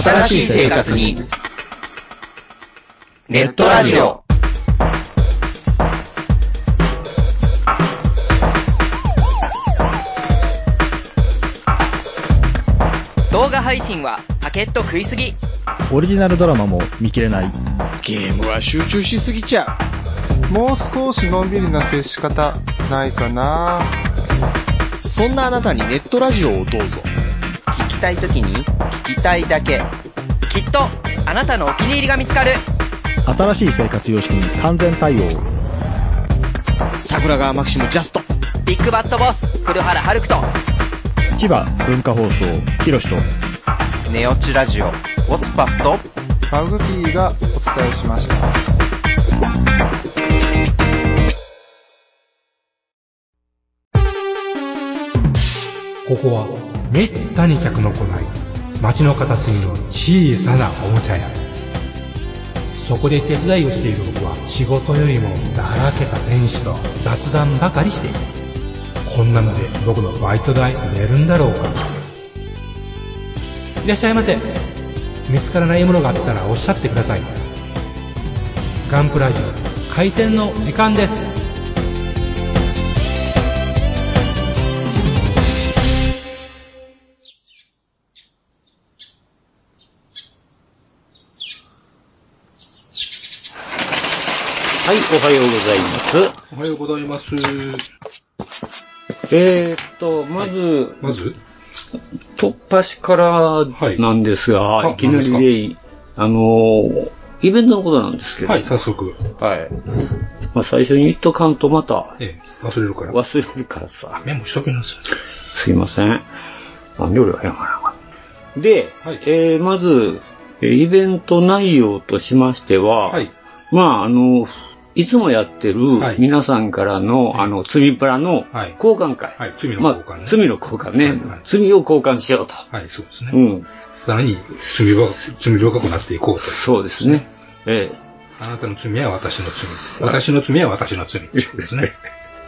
新しい生活にネットラジオ。 動画配信はパケット食いすぎ。 オリジナルドラマも見切れない。 ゲームは集中しすぎちゃう。もう少しのんびりな接し方ないかな。 そんなあなたにネットラジオをどうぞ。 聞きたいときに聞きたいだけ。きっとあなたのお気に入りが見つかる。 新しい生活様式に完全対応。 桜川マキシムジャスト。 ビッグバットボス黒原遥人。 千葉文化放送ひろしとネオチラジオオスパフとマグピーがお伝えしました。 ここはめったに客の来ない街の片隅の小さなおもちゃ屋。そこで手伝いをしている僕は仕事よりもだらけた店主と雑談ばかりしている。こんなので僕のバイト代出るんだろうか。いらっしゃいませ。見つからないものがあったらおっしゃってください。ガンプラジオ開店の時間です。 はい、おはようございます。 おはようございます。 まず、突破しからなんですが、はい、いきなりで、イベントのことなんですけど。 はい、早速。 はい。まあ、最初に言っとかんとまた、 忘れるからさ。メモしときます。 すいません。料理はやがな。で、はい、まず、イベント内容としましては、はい、まあ、いつもやってる皆さんからの、罪プラの交換会。 はい、罪の交換ね。 まあ、罪の交換ね、はいはい。罪を交換しようと。 はい、そうですね。うん。さらに罪深くなっていこうと。 そうですね。 あなたの罪は私の罪。私の罪は私の罪。そうですね。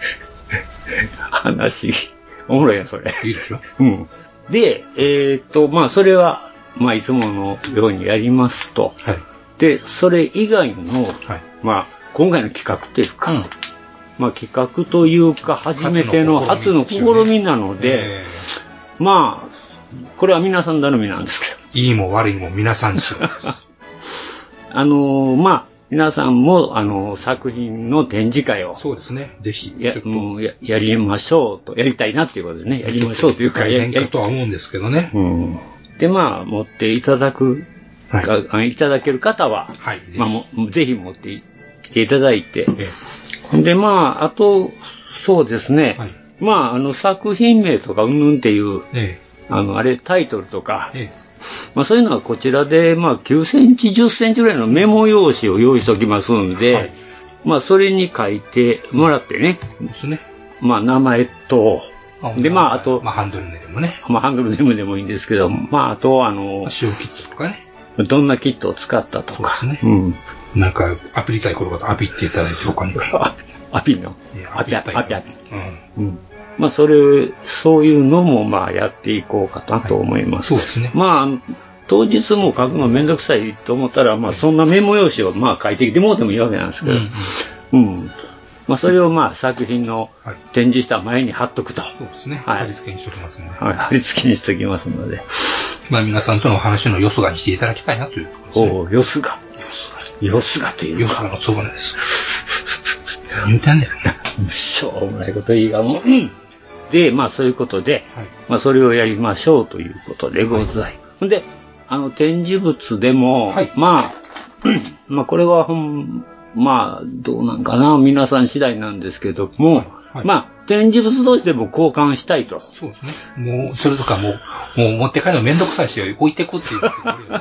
話、おもろいや、それ。 いいでしょ。 うん。で、まあ、それは、まあ、いつものようにやりますと。はい。で、それ以外の、はい、まあ、今回の企画っていうか、まあ企画というか初めての初の試みなので、まあ、これは皆さん頼みなんですけど。いいも悪いも皆さんしろです。 まあ、皆さんも、作品の展示会を。 そうですね。ぜひ。 やりましょうと。やりたいなっていうことでね。やりましょうというか。 大変かとは思うんですけどね。 うん。で、まあ、持っていただく、はい、いただける方は、はい。まあ、ぜひ持って来ていただいて。で、まあ、あと、そうですね。はい、まあ、作品名とかうんぬんっていう、タイトルとか、まあ、そういうのはこちらで、まあ、9センチ、10センチぐらいのメモ用紙を用意しておきますんで、はい、まあ、それに書いてもらってね。 ですね。 まあ、名前と、で、まあ、あと、 まあ、ハンドルネームね。 まあ、ハンドルネームでもいいんですけど、まあ、あと、 使用キットとかね。 どんなキットを使ったとか。 そうですね。うん。なんか、アピりたい頃からアピっていただいて他に。 アピのアピ。うん。まあ、そういうのも、まあ、やっていこうかなと思います。 はい、そうですね。 まあ、当日も書くのめんどくさいと思ったら、まあ、そんなメモ用紙を、まあ、書いてきてもうてもいいわけなんですけど、うん。まあ、それを、まあ、作品の展示した前に貼っとくと。 そうですね。はい。貼り付けにしておきますね。 はい。貼り付けにしておきますので。 まあ、皆さんとのお話のよすがにしていただきたいなというところですね。 おお、よすが。よすがというか。 よすがのつぼねです。言うてんねん。 しょうもないこと言いがもう。で、まあそういうことで、はい、まあそれをやりましょうということでございます。で、展示物でも、はい、まあこれはまあどうなんかな、皆さん次第なんですけども、はいはい、まあ展示物同士でも交換したいと。 そうですね。もう、それとかもう持って帰るのめんどくさいし、置いてくっていう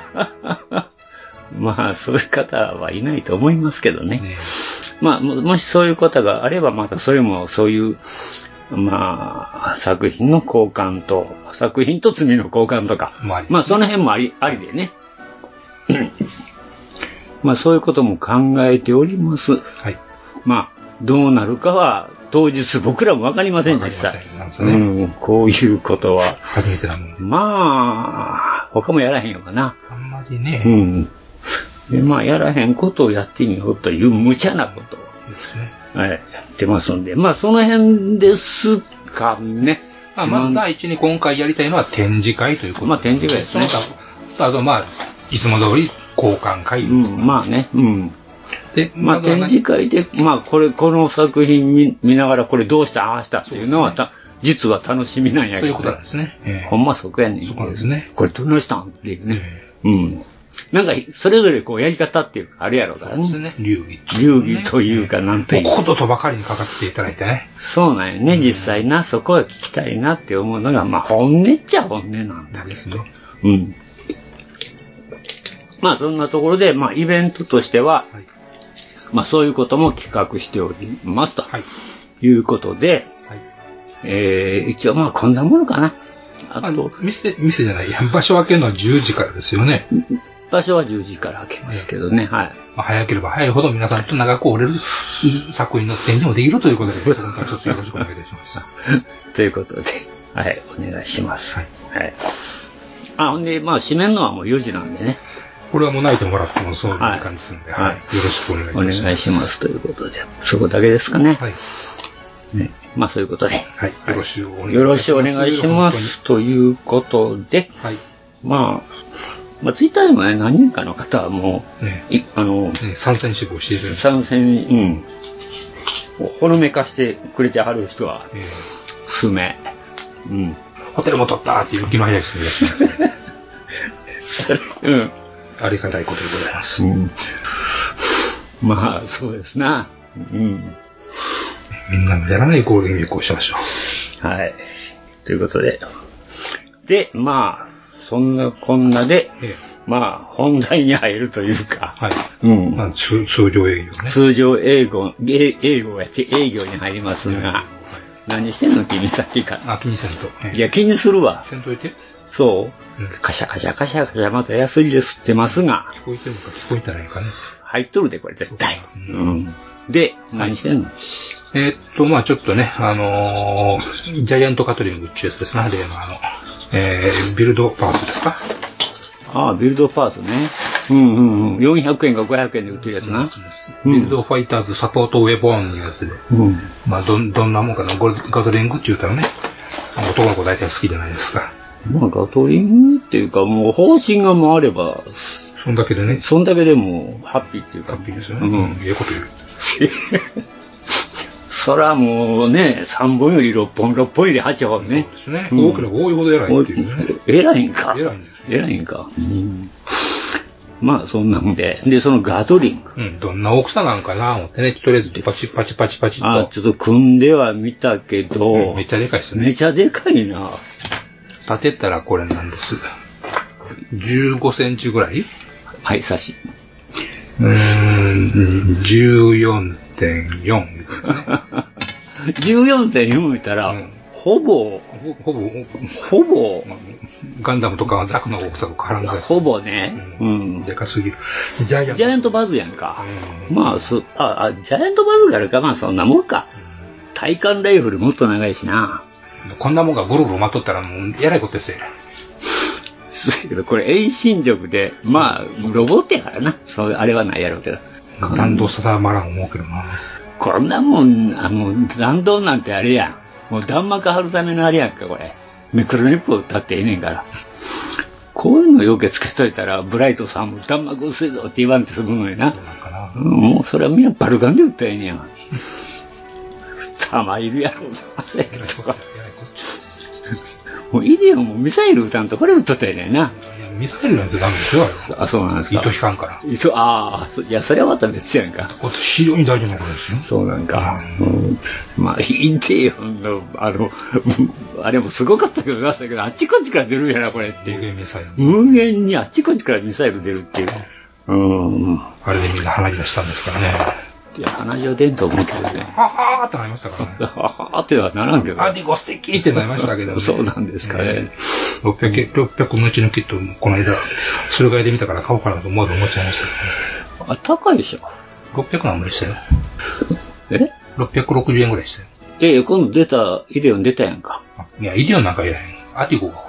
まあ、そういう方はいないと思いますけどね。まあ、もしそういう方があれば、またそれもそういう、まあ、作品の交換と、作品と罪の交換とか、まあ、その辺もありでね。まあ、そういうことも考えております。はい。まあ、どうなるかは、当日僕らもわかりませんでした。こういうことは。 初めてだもん。 まあ、他もやらへんよかな。 あんままりね。 うん。で、まあ、やらへんことをやってみようという無茶なことを、 ですね。 はい、やってますんで、まあ、その辺ですかね。 まあ、まず第一に今回やりたいのは展示会ということで。 まあ、展示会ですね。 その他、あと、まあ、いつも通り交換会。 うん、まあね。うん。 で、 まあ、展示会で、まあ、この作品見ながら、これどうしたああしたっていうのは、実は楽しみなんやけど、ね。 そういうことなんですね。 ほんまそこやねん。 そうですね。 これどうしたんっていうね。うん。なんか、それぞれこうやり方っていうか、あるやろうからね。 そうですね。流儀。 流儀というか、なんというか。 こととばかりにかかっていただいてね。 そうなんよね、実際な。そこは聞きたいなって思うのが、まあ、本音っちゃ本音なんだけど。ですね。うん。まあ、そんなところで、まあ、イベントとしては、はい、まあ、そういうことも企画しておりますと。はい。いうことで、はい、一応まあ、こんなものかな。あと、 店じゃない、場所を開けるのは10時からですよね。 場所は10時から開けますけどね、はい。 まあ、早ければ早いほど皆さんと長く折れる作品の展示もできるということで、今回一つよろしくお願いいたします。 ということで、はい、お願いします。はい。はい。ほんで、まあ、閉めるのはもう4時なんでね。 これはもう泣いてもらってもそういう感じですんで、はい。よろしくお願いします。 お願いしますということで、そこだけですかね。はい。ね、まあそういうことで。 はい。よろしくお願いします。 よろしくお願いします。ということで、はい。まあツイッターでもね、何人かの方はもう、ね、 参戦志望している。 参戦、ほのめかしてくれてはる人は、数名。うん。 ホテルも取ったっていう気の早い人いらっしゃいますね。 それ、うん。 ありがたいことでございます。 うん、まあ、そうですな。うん。 みんなのやらないゴールデンウィークをしましょう。はい。ということで。で、まあ、そんなこんなで、まあ、本題に入るというか。はい。うん。 まあ、通常営業ね。 通常営業やって営業に入りますが、何してんの君さっきから。 気にせんと。 いや、気にするわ。 せんといて。 そう。カシャカシャカシャカシャまたヤスリで吸ってますが。 聞こえてるのか聞こえてないかね。 入っとるで、これ絶対。うん。で、何してんの？ まあちょっとね、ジャイアントカトリングっていうやつですね。例のビルドパーツですか。 ああ、ビルドパーツね。うん。400円か500円で売ってるやつな。 ビルドファイターズサポートウェポンいうやつで。まあどんなもんかな。ガトリングって言うたらね、男の子大体好きじゃないですか。 まあガトリングっていうか、もう方針が回れば、 そんだけでね。 そんだけでもハッピーっていうか。 ハッピーですよね。ええこと言う。 そらもうね、3本より6本より8本ね。 そうですね。多ければ多いほど偉いっていうね。 偉いんか。 偉いんか。まあそんなんで。で、そのガトリング。 どんな大きさなんかな思ってね、とりあえずパチと。 ちょっと組んでは見たけど。 めっちゃでかいですね。 めちゃでかいな。 立てたらこれなんです。15センチぐらい？ はい、差し。 14.4 ですね。 14.4 見たら、ほぼ、 ガンダムとかはザクの大きさと変わらない。 ほぼね。 でかすぎる。 ジャイアントバズやんか。まあ、ジャイアントバズがあるか、まあそんなもんか。体感ライフルもっと長いしな。 こんなもんがゴロゴロまとったらもう、えらいことですよね。 だけど、これ遠心力で、まあ、ロボットやからな。あれはないやろうけど。 弾道定まらん思うけどな。 こんなもん、弾道なんてあれやん。もう弾幕張るためのあれやんか、これ。メクロネップを打ってええねんから。こういうのよけつけといたら、ブライトさんも弾幕薄いぞって言わんってすぐのにな。もうそれはみんなバルガンで打ったらええねやん。弾いるやろうな。もうイデオンもミサイル撃たんとこれ撃っとったやねんな。 ミサイルなんてダメですよ。 そうなんですか。 糸引かんから。 いや、それはまた別やんか。 非常に大事なことですよ。 そうなんか。まあ、イデオンの、あれもすごかったけど、あっちこっちから出るんやな、これっていう。 無限ミサイル。 無限にあっちこっちからミサイル出るっていう。 あれでみんな花火がしたんですからね。 いや、鼻血は出んと思うけどね。 ははーってなりましたからね。 ははーってはならんけど。 アディゴ素敵ってなりましたけどね。 そうなんですかね。 600ムチのキット、この間、それぐらいで見たから買おうかなと思っちゃいましたけどね。 高いでしょ。 600なんでしたよ。 え ?660 円ぐらいでしたよ。 今度イデオン出たやんか。 いや、イデオンなんかいらへん。アディゴが欲しい。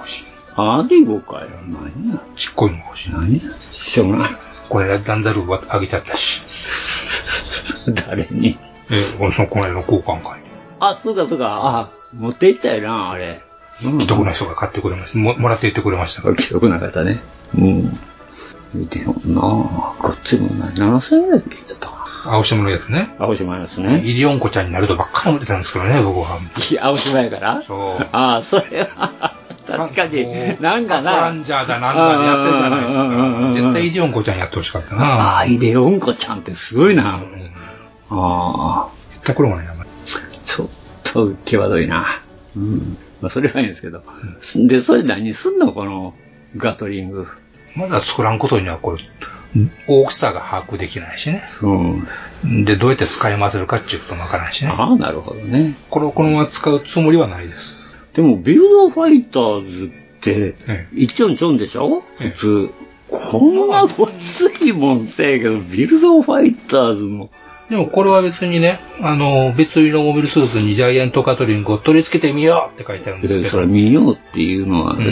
アディゴかよ。何や。 ちっこいの欲しい。 何しょうがない。 これ、ザンダルあげちゃったし。 誰にこの間の交換会。 あ、そうかそうか。持って行ったよな、あれ。 どこの人が買ってくれました。もらっていってくれましたから。 記憶なかったね。見てよなこっちもな、7000円ぐらいで聞いてたかな。 青島のやつね。 青島のやつね。 イリオンコちゃんになるとばっかり思ってたんですけどね、僕は。 青島やからそう。 それは、確かに、なんかな。 トランジャーだなんだでやってるじゃないですか。絶対イリオンコちゃんやってほしかったな。 イリオンコちゃんってすごいな。絶対これもね、 ちょっと際どいな。それはいいんですけど。で、それ何すんのこのガトリング。 まだ作らんことにはこれ、大きさが把握できないしね。で、どうやって使い回せるかっていうこともわからないしね。 なるほどね。 これをこのまま使うつもりはないです。 でも、ビルドファイターズって、一丁ちょんでしょ普通。こんなごついもんせえけど、ビルドファイターズも。 でもこれは別にね、別売りのモビルスーツにジャイアントガトリングを取り付けてみようって書いてあるんですけど。 それ見ようっていうのは、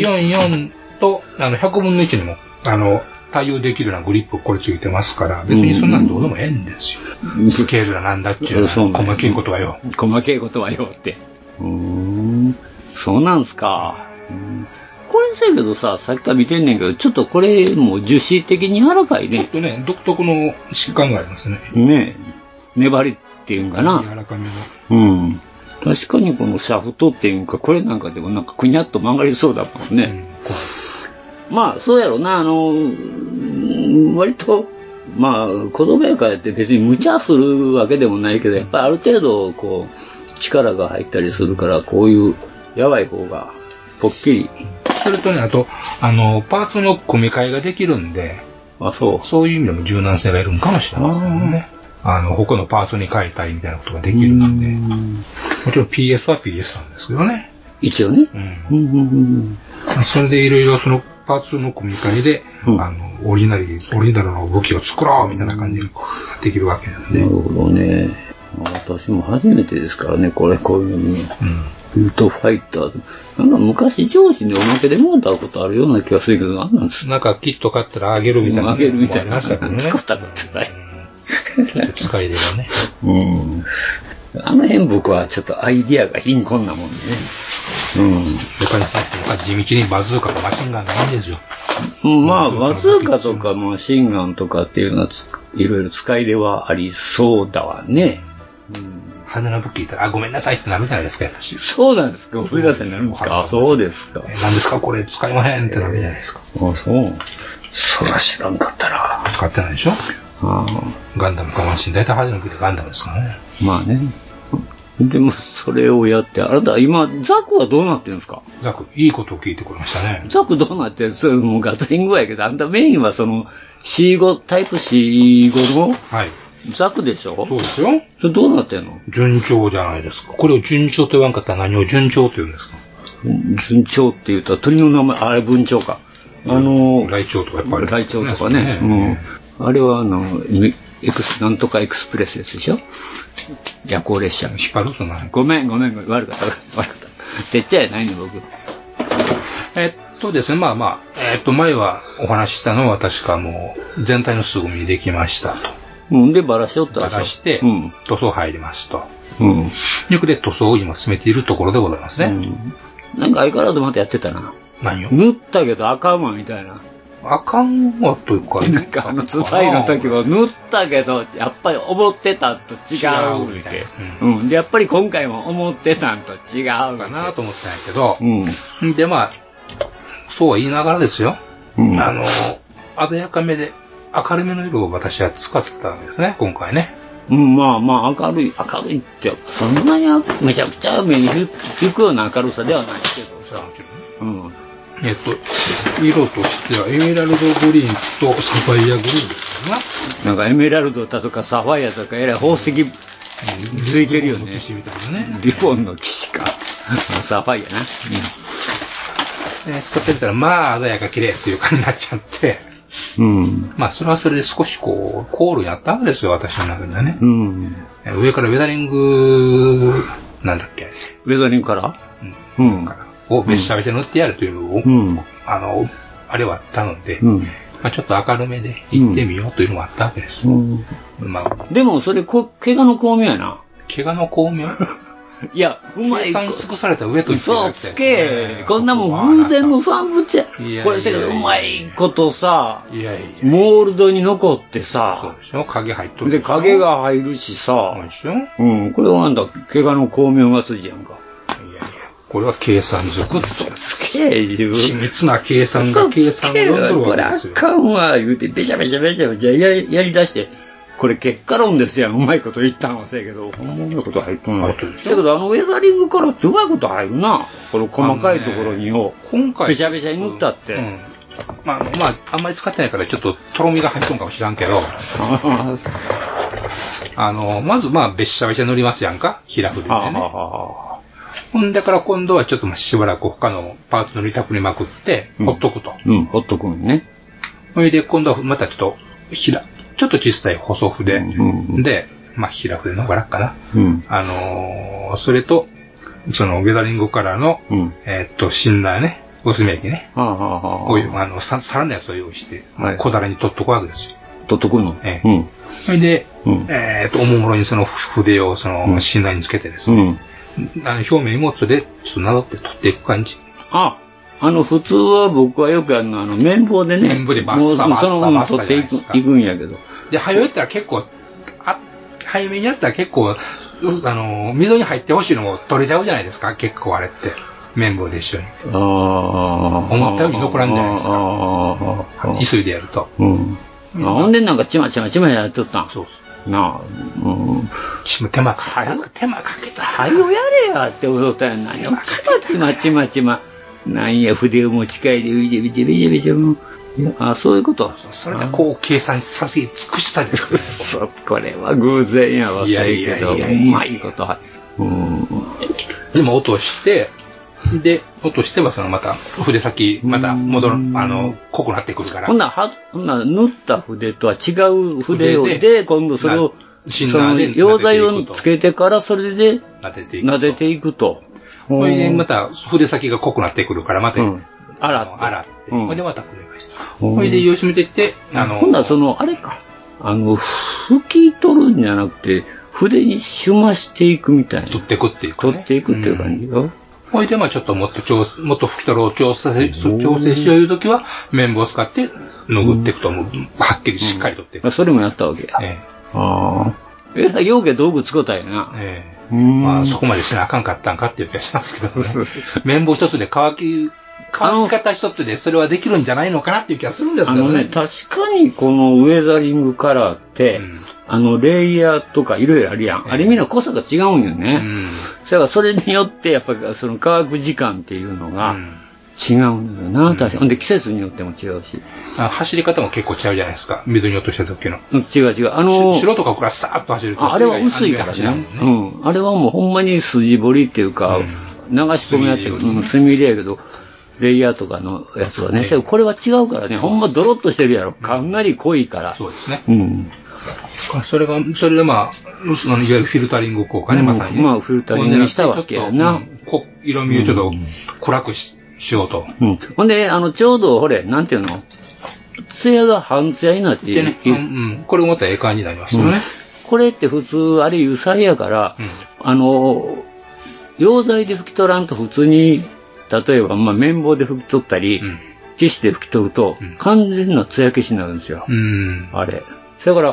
144と、100分の1にも、対応できるようなグリップこれついてますから、別にそんなんどうでもええんですよ。スケールはなんだっちゅうの。細けいことはよ。 細けいことはよって。そうなんすか。これせやけどさ、さっきから見てんねんけど、ちょっとこれも樹脂的に柔らかいね。 ちょっとね、独特の疾患がありますね。 ねえ。粘りっていうんかな。 柔らかめの。 確かにこのシャフトっていうか、これなんかでもなんかくにゃっと曲がりそうだもんね。まあ、そうやろな、割と、子供やからって別に無茶するわけでもないけど、やっぱりある程度、こう、力が入ったりするから、こういう、やばい方が、ぽっきり。 それとね、あと、パーツの組み替えができるんで、そういう意味でも柔軟性がいるのかもしれませんね。他のパーツに変えたいみたいなことができるので、もちろん PS は PS なんですけどね。 一応ね。 それでいろいろそのパーツの組み替えで、オリジナルの武器を作ろうみたいな感じでできるわけなんで。 なるほどね。私も初めてですからね、こういうのに。ビルドファイターズ。なんか昔上司におまけでもらったことあるような気がするけど、なんなんですか？ なんかキット買ったらあげるみたいな。 あげるみたいな。 使ったことない。 使いではね。 あの辺僕はちょっとアイディアが貧困なもんでね。 他にさっきの地道にバズーカとマシンガンがないんですよ。 バズーカとかマシンガンとかっていうのはいろいろ使いではありそうだわね。 派手な武器言ったら、ごめんなさいってなるじゃないですか、やっぱし。 そうなんですか。ごめんなさいになるんですか。そうですか。 何ですかこれ使いまへんってなるじゃないですか。 そう。そら知らんかったら。 使ってないでしょ。ガンダムかマシン。大体派手な武器ってガンダムですからね。 まあね。でも、それをやって、あなた、今、ザクはどうなってるんですか？ ザク、いいことを聞いてくれましたね。 ザクどうなってる？それもうガトリングやけど、あんたメインはその、C5、タイプ C5 のザクでしょ？ そうですよ。 それどうなってんの？ 順調じゃないですか。これを順調と言わんかったら何を順調と言うんですか？ 順調って言うと、鳥の名前、あれ文鳥か。 ライチョウとかやっぱり、 ライチョウとかね。あれはなんとかエクスプレスですでしょ？夜行列車。 引っ張るとない。 ごめん。悪かった。てっちゃやないの、僕。 ですね、前はお話ししたのは確かもう、全体の素組みできましたと。 で、バラしよったでしょ。バラして、塗装入りますと。よくで塗装を今進めているところでございますね。 なんか相変わらずまたやってたな。 何を？ 塗ったけどあかんわ、みたいな。 あかんわというか、 なんかツパイの時も塗ったけど、やっぱり思ってたんと違うみたいな。で、やっぱり今回も思ってたんと違うかなと思ったんやけど、で、そうは言いながらですよ。鮮やかめで、明るめの色を私は使ったわけですね、今回ね。 明るいって、そんなにめちゃくちゃ目に引くような明るさではないけどさ。 色としてはエメラルドグリーンとサファイアグリーンですよな。なんかエメラルドだとかサファイアとかえらい宝石ついてるよね。リボンの騎士か。サファイアな。 使ってみたら鮮やか綺麗っていう感じになっちゃって。それはそれで少しコールになったわけですよ、私の中ではね。上からウェザリング、なんだっけ。 ウェザリングからをべっしゃべしゃ塗ってやるというのを、あれはあったので、まあ、ちょっと明るめで行ってみようというのもあったわけです。 まあ、でもそれ、怪我の巧妙やな。 怪我の巧妙いや、うまい。 計算し尽くされた上とそう、つけ。こんなもん偶然の産物や。これせけど、うまいことさ、モールドに残ってさ、 そうでしょ、影入っとるで、影が入るしさ、これはなんだ、怪我の巧妙がついじゃんか。 いやいや、これは計算づくって。 つけ言う。 緻密な計算が計算を読んどるわけですよ。 これあかんわ、言うて、べしゃべしゃべしゃべしゃやり出して、これ結果論ですやん。うまいこと言ったんはせやけど、ほんまうまいこと入っとんの。だけど、ウェザリングカラーってうまいこと入るな。この細かいところにを、 今回、 べしゃべしゃに塗ったって。 まあ、あんまり使ってないからちょっととろみが入っとんかもしらんけど、まずべっしゃべしゃ塗りますやんか。平筆でね。ほんだから今度はちょっとしばらく他のパーツ塗りたくりまくって、ほっとくと。 ほっとくんね。 それで今度はまたちょっと小さい細筆で、平筆の方が楽かな。それと、そのウェザリングカラーの、シンナーね、薄め液ね。皿のやつを用意して、小皿に取っとくわけですよ。 取っとくの？ それで、おもむろにその筆をそのシンナーにつけてですね、表面芋つでちょっとなぞって取っていく感じ。 普通は僕はよく綿棒でね。 綿棒でバッサバッサバッサ取っていくんやけど。 で、早めたら結構、早めにやったら結構、溝に入ってほしいのも取れちゃうじゃないですか、結構あれって。綿棒で一緒に。思ったように残らんじゃないですか。急いでやると。 ほんでなんかちまちまやっとったん。 そうそう。なあ、 手間かけた。 はよやれやって思ったやん。何をちま。なんや、筆を持ち帰り、ビチャ。そういうこと。 それでこう計算させ尽くしたですよ。これは偶然やわ、せやけど、うまいこと。 でも落として、はそのまた筆先、また濃くなってくるから。 ほんな塗った筆とは違う筆で、今度それを、その溶剤をつけてからそれで撫でていくと。 それでまた筆先が濃くなってくるから、また洗って、それでまた繰り返して。それで様子見ていって、 ほんならあれか、拭き取るんじゃなくて、筆にしましていくみたいな。 取っていくっていうか、 取っていくっていう感じよ。 それでちょっともっと拭き取ろう調整しよういうときは、綿棒を使って拭っていくと、はっきりしっかり取っていく。 それもやったわけや。ようけ道具使ったんやな。 そこまでしなあかんかったんかっていう気がしますけどね。綿棒一つで乾き方一つでそれはできるんじゃないのかなっていう気がするんですけどね。 確かにこのウェザリングカラーって、レイヤーとかいろいろあるやん。あれみんな濃さが違うんよね。だからそれによってやっぱりその乾く時間っていうのが違うんだよな。確かに。で季節によっても違うし。 走り方も結構違うじゃないですか。水に落とした時の。 違う。 白とかこれさーっと走ると。 あれは薄いからね。あれはもうほんまに筋彫りっていうか、流し込むやつやけど、墨入れやけど、レイヤーとかのやつはね。これは違うからね。ほんまドロッとしてるやろ。かなり濃いから。 そうですね。それでいわゆるフィルタリング効果ね、まさに。 フィルタリングにしたわけやな。 色味をちょっと暗くしようと。 ほんで、ちょうど、なんていうの、艶が半艶になっている。 これまたええ感じになりますよね。 これって普通、あれ油彩やから、溶剤で拭き取らんと普通に、例えば、綿棒で拭き取ったり、ティッシュで拭き取ると、完全な艶消しになるんですよ。あれ。だから、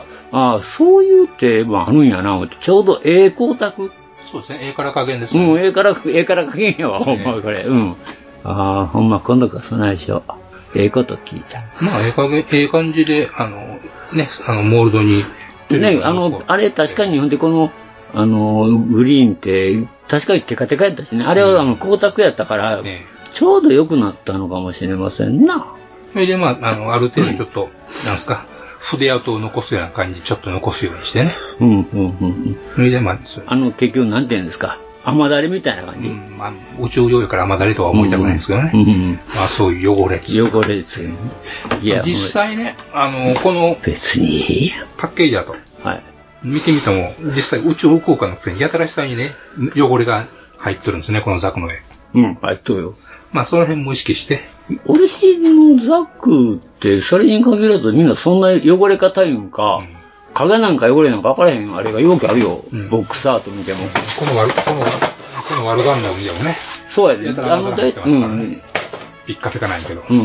そういう手もあるんやな、ちょうど光沢。 そうですね、加減ですね。 加減やわ、ほんまこれ。ほんま今度こそないでしょ。こと聞いた。 感じで、モールドに。 あれ確かに、ほんでこの、グリーンって、確かにテカテカやったしね。あれは光沢やったから、ちょうど良くなったのかもしれませんな。 それである程度ちょっと、なんすか、筆跡を残すような感じ、ちょっと残すようにしてね。それで結局なんて言うんですか。雨だれみたいな感じ。 宇宙用やから雨だれとは思いたくないんですけどね。そういう汚れですよね。いや、実際ね、この、 別にパッケージだと。見てみても、実際宇宙空間のくせにやたら下にね、汚れが入ってるんですね、このザクの絵。 うん、入っとるよ。 まあ、その辺も意識して。 オリジンのザックって、それに限らずみんなそんな汚れ方いうんか、影なんか汚れなんか分からへんあれがよくあるよ。ボックスアート見ても。 このワルガンダム見てもね。 そうやで。 ピッカピカないけど。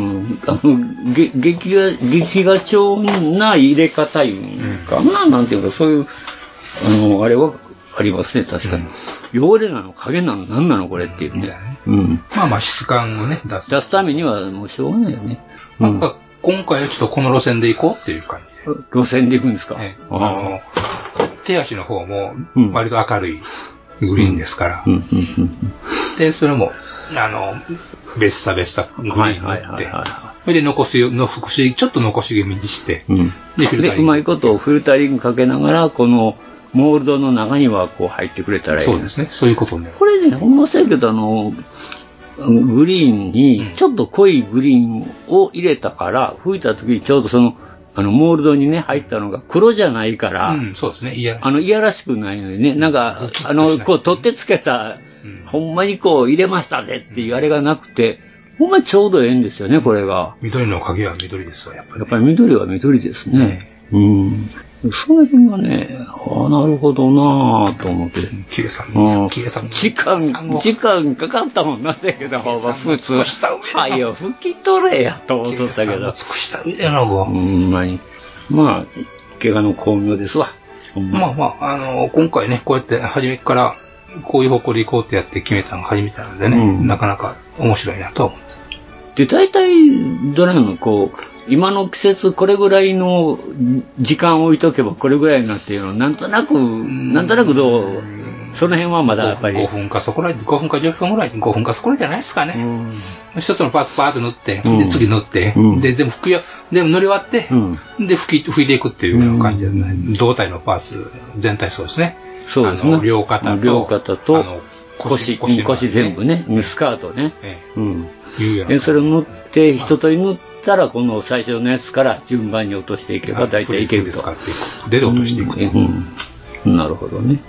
劇画調な入れ方いうんかな、なんていうか、そういう、あれはありますね、確かに。汚れなの、影なの、何なの、これっていうね。 まあまあ、質感をね、出すためにはもうしょうがないよね。 今回はちょっとこの路線で行こうっていう感じ。 路線で行くんですか？ 手足の方も割と明るいグリーンですから。で、それも、別差グリーンになって、それでちょっと残し気味にして、 で、うまいことをフィルタリングかけながら、このモールドの中にはこう入ってくれたらいい。 そうですね、そういうことね。 これね、ほんまそうやけど、グリーンに、ちょっと濃いグリーンを入れたから、吹いた時にちょうどその、モールドにね、入ったのが黒じゃないから、 そうですね、いやらしくないのにね、なんか、こう、取ってつけた、ほんまにこう、入れましたぜっていうあれがなくて、ほんまにちょうどええんですよね、これが。 緑の影は緑ですわ、やっぱり。 やっぱり緑は緑ですね。その辺がね、なるほどなぁと思って。 キエさん、 時間かかったもんなせやけど、普通。はいよ、拭き取れやと思っとったけど。 尽くした上やな、ほんまに。まあ、怪我の巧妙ですわ。 まあ、今回ね、こうやって初めから、こういう方向で行こうってやって決めたのが初めてなのでね、なかなか面白いなとは思います。 で、大体、どれもこう、今の季節これぐらいの時間置いとけばこれぐらいになっていうのなんとなくどう、その辺はまだやっぱり。 5分か10分ぐらい、5分かそこらいじゃないですかね。一つのパーツパーッと塗って、で、次塗って、で、全部塗り終わって、で、拭いていくっていうような感じでね、胴体のパーツ全体そうですね。 そうですね。 両肩と、 腰全部ね、スカートね。それを塗って、一通り塗ったら、この最初のやつから順番に落としていけば大体いけると。 で落としていく。 なるほどね。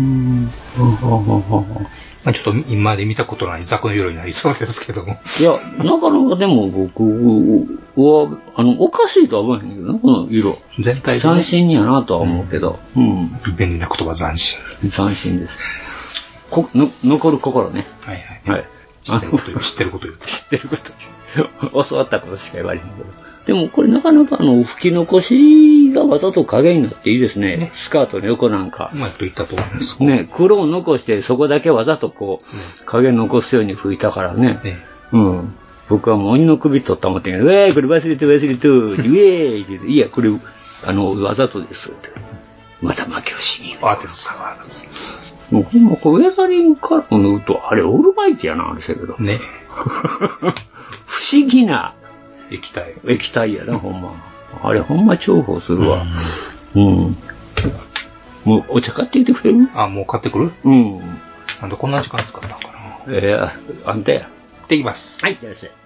ちょっと今まで見たことない雑魚の色になりそうですけども。 いや、なかなかでも僕は、おかしいとは思わへんけどね、この色。 全体で、 斬新やなとは思うけど。 便利な言葉斬新。 斬新です。残る心ね。 はい。知ってること言う。 教わったことしか言われへんけど。でもこれなかなか吹き残しがわざと影になっていいですね。スカートの横なんか。 うまくいったと思います。 ね、黒を残してそこだけわざとこう、影残すように拭いたからね。僕はもう鬼の首取った思ってんけど、これ忘れて、いや、これ、わざとですって。また負け惜しみ。もうほんま、ウェザリングカラー塗ると、あれ、オールマイティやな、あれだけど。 ね。 不思議な液体やな、ほんま。あれ、ほんま重宝するわ。もう、お茶買ってきてくれる？ もう買ってくる？なんでこんな時間使ったのかな。あんたや。 行ってきます。 はい、いってらっしゃい。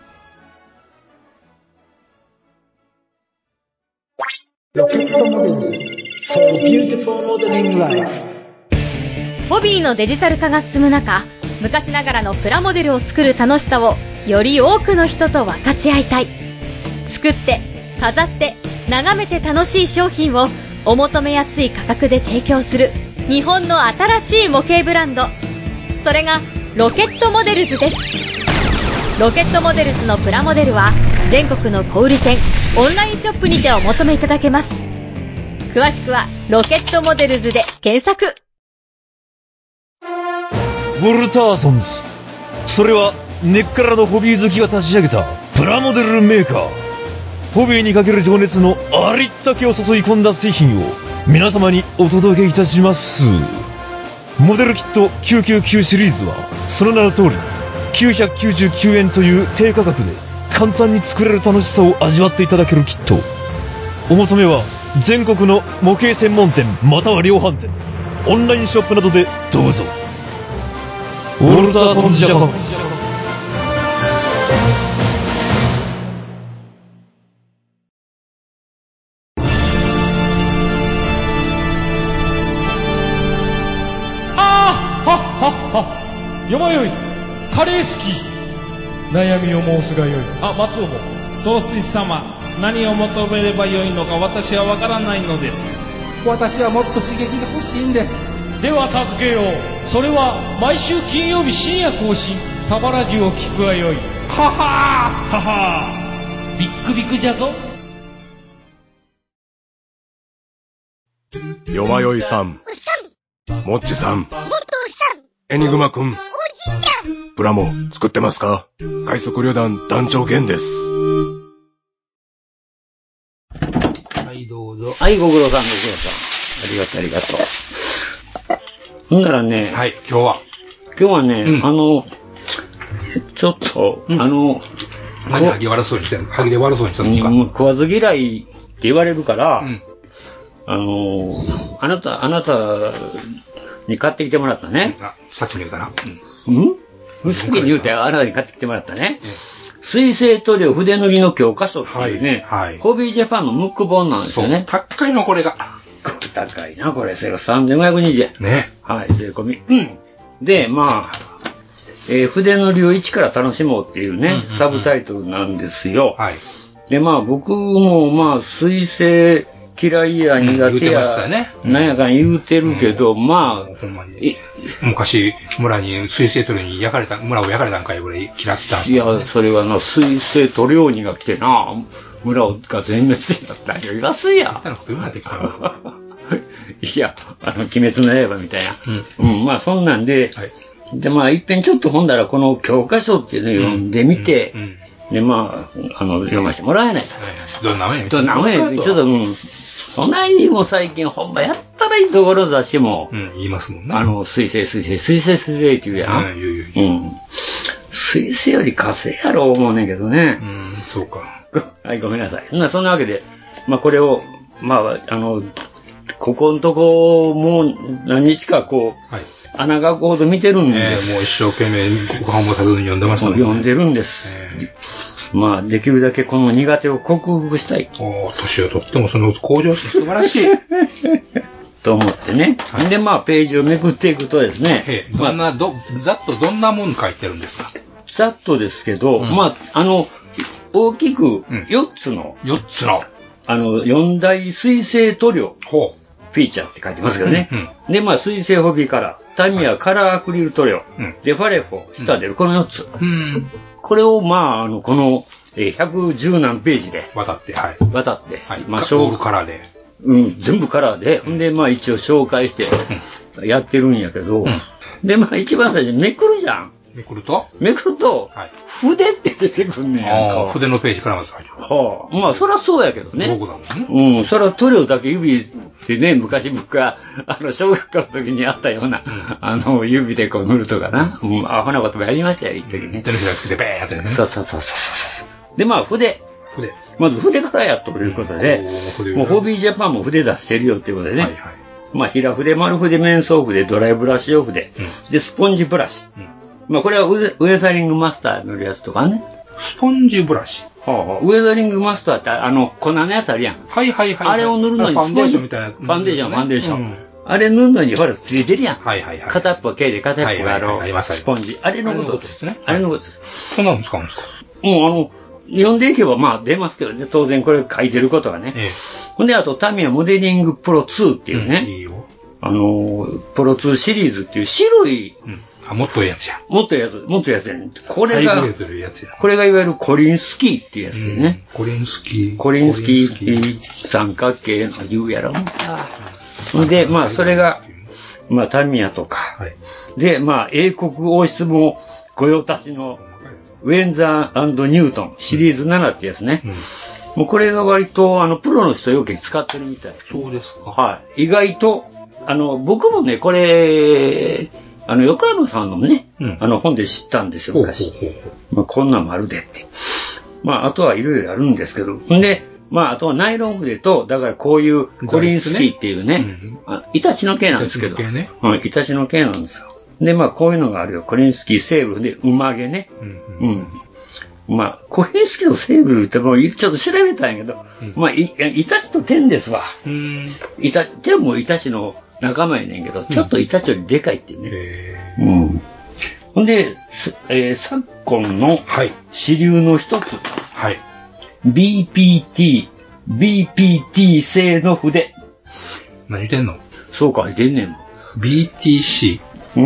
ホビーのデジタル化が進む中、昔ながらのプラモデルを作る楽しさをより多くの人と分かち合いたい。作って、飾って、眺めて楽しい商品をお求めやすい価格で提供する日本の新しい模型ブランド。それがロケットモデルズです。ロケットモデルズのプラモデルは全国の小売店、オンラインショップにてお求めいただけます。詳しくはロケットモデルズで検索。 ウォルターソンズ、それは根っからのホビー好きが立ち上げたプラモデルメーカー。ホビーにかける情熱のありったけを注い込んだ製品を皆様にお届けいたします。モデルキット999シリーズはその名の通り999円という低価格で簡単に作れる楽しさを味わっていただけるキット。お求めは全国の模型専門店または量販店、オンラインショップなどでどうぞ。ウォルターソンズジャパン。 よまよい、カレー好き悩みを申すがよい。あ、松尾も。総帥様、何を求めればよいのか私はわからないのです。私はもっと刺激が欲しいんです。では助けよう。それは毎週金曜日深夜更新、サバラジュを聞くがよい。ははーははー、ビックビックじゃぞ。 よまよいさん、もっちさん、エニグマくん、プラモ作ってますか？快速旅団団長源です。 はいどうぞ。はい、ご苦労さんご苦労さん。ありがとう。ほんならね。 はい、今日はね、ちょっと、 何歯切れ悪そうにしてるの？歯切れ悪そうにしてるんですか？ 食わず嫌いって言われるから、あなたに買ってきてもらったね。 さっきに言うたな。 さっきに言うたよ。あなたに買ってきてもらったね。水性塗料筆塗りの教科書っていうね、ホビージャパンのムック本なんですよね。 高いのこれが。 高いな、これ。それが3520円。 ね。 はい、税込み。で、まあ、筆塗りを一から楽しもうっていうね、サブタイトルなんですよ。で、まあ僕もまあ、水性嫌いや苦手や、なんやかん言うてるけど、まあ、 昔、村に水性塗料に村を焼かれたんかいぐらい嫌ったんです。 いや、それがな、水性塗料にが来てな、村が全滅してたって言いますや。いや、鬼滅の刃みたいな。まあそんなんで、で、まあ一遍ちょっと本だらこの教科書っていうのを読んでみて、で、まあ、読ませてもらえないか。 どんなもんやちょっと、そないにも最近ほんまやったらいいところ雑誌も、 言いますもんね。 水性って言うやん。水性より火星やろ思うねんけどね。 そうか。 はい、ごめんなさい。そんなわけで、まあこれを、まあ、ここのとこ、もう何日かこう、穴がこうと見てるんで。 もう一生懸命ご飯も食べずに読んでましたね。 読んでるんです。まあ、できるだけこの苦手を克服したい。 年をとってもその向上心素晴らしい。 と思ってね。で、まあ、ページをめくっていくとですね。 ざっとどんなもん書いてるんですか？ ざっとですけど、まあ、大きく4つの、4大水性塗料。フィーチャーって書いてますけどね。で、まあ、水性ホビーカラー、タミヤカラーアクリル塗料、で、ファレフォ、下出る、この4つ。これを、まあ、この、110何ページで。渡って。 まあ、オールカラーで。 全部カラーで。ほんで、まあ、一応紹介して、やってるんやけど、で、まあ、一番最初にめくるじゃん。 めくると、 筆って出てくんねん。 筆のページからまず入る。 まあ、そりゃそうやけどね。 道具だもんね。 そりゃ塗料だけ指でね、昔僕が、小学校の時にあったような、指でこう塗るとかな。アホなこともやりましたよ、一時ね。 手のひらつけてベーってね。 そう。で、まあ、筆。まず筆からやっということで、もうホビージャパンも筆出してるよっていうことでね。まあ、平筆、丸筆、面相筆、ドライブラシ用筆、で、スポンジブラシ。まあ、これはウェザリングマスターのやつとかね。 スポンジブラシ。 ウェザリングマスターって粉のやつあるやん。あれを塗るのにファンデーションみたいな。 ファンデーション。あれ塗るのにほらついてるやん。片っぽ毛で片っぽがスポンジ。あれのことですね。あれのことです。 そんなの使うんですか？ もう読んでいけばまあ出ますけどね。当然これ書いてることがね。ほんであとタミヤモデリングプロ2っていうね。プロ2シリーズっていう白い、 もっといいやつや。 もっといいやつやねん。これがいわゆるコリンスキーっていうやつでね。 コリンスキー三角形の言うやろ。で、まあ、それが、まあ、タミヤとか。で、まあ、英国王室も御用達のウェンザー&ニュートンシリーズ7ってやつね。もうこれが割と、プロの人よく使ってるみたい。 そうですか。 はい。意外と、僕もね、これ、横山さんのね、本で知ったんですよ、昔。まあ、こんなんもあるでって。まあ、あとはいろいろあるんですけど。んで、まあ、あとはナイロン筆と、だからこういうコリンスキーっていうね、イタチの系なんですけど。イタチの系なんですよ。で、まあ、こういうのがあるよ。コリンスキーセーブルで、馬毛ね。まあ、コリンスキーのセーブルってもうちょっと調べたんやけど、まあ、イタチと天ですわ。天もイタチの仲間やねんけど、ちょっとイタチよりでかいっていうね。 ほんで、昨今の主流の一つ。 はい。 BPT 製の筆。 何言ってんの？ そうか、言ってんねん。 BTC。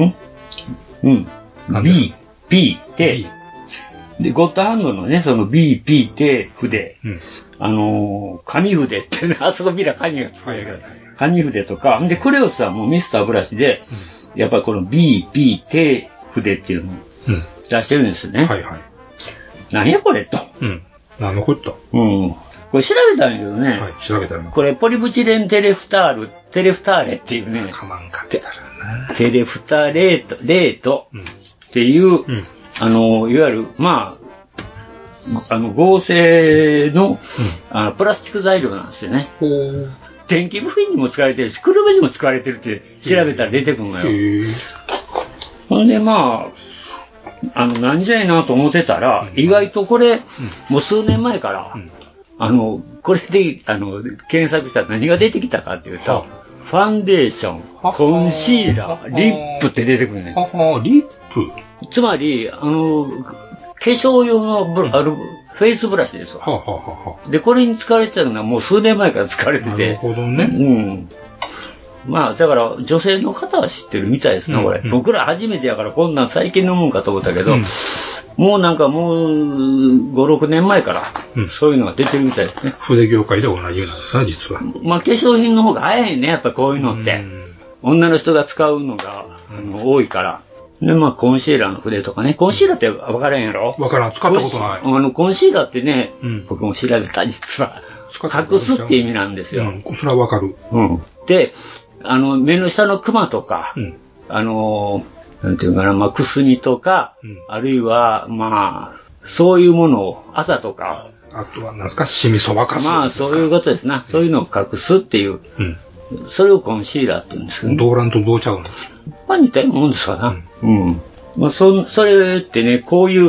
BP って、で、ゴッドハンドのね、その BP って筆。紙筆ってね、あそこ見ら紙がつくんやけど、紙筆とか、で、クレオスはもうミスターブラシで、やっぱりこの BP って筆っていうのを出してるんですよね。 はいはい。 何やこれと。 何のこと？ これ調べたんやけどね。 はい、調べたら。 これポリブチレンテレフターレっていうね。 かまんかってたらな。 テレフタレートっていう、いわゆる、まあ、合成の、プラスチック材料なんですよね。電気部品にも使われてるし、車にも使われてるって調べたら出てくるのよ。ほんで、まあ、なんじゃいなと思ってたら、意外とこれ、もう数年前から、これで、検索したら何が出てきたかっていうと、ファンデーション、コンシーラー、リップって出てくるね。 リップ？ つまり、化粧用のフェイスブラシですわ。で、これに使われてたのはもう数年前から使われてて。 なるほどね。 まあ、だから、女性の方は知ってるみたいですね、これ。僕ら初めてやから、こんなん最近のもんかと思ったけど、もうなんかもう、5、6年前から、そういうのが出てるみたいですね。 筆業界では同じようなんですね、実は。 まあ、化粧品の方が早いね、やっぱこういうのって。女の人が使うのが、多いから。で、まあ、コンシーラーの筆とかね。コンシーラーって分からんやろ？ 分からん。使ったことない。 コンシーラーってね、僕も調べた、実は。隠すって意味なんですよ。 それは分かる。 で、目の下のクマとか、なんていうかな、まあ、くすみとか、あるいは、まあ、そういうものを、朝とか。 あとは、なんすか、シミそばかす。 まあ、そういうことですな。そういうのを隠すっていう。それをコンシーラーって言うんですけど、ね。 動乱とどうちゃうんですか？ まあ、似たようなもんですかな。まあ、それってね、こういう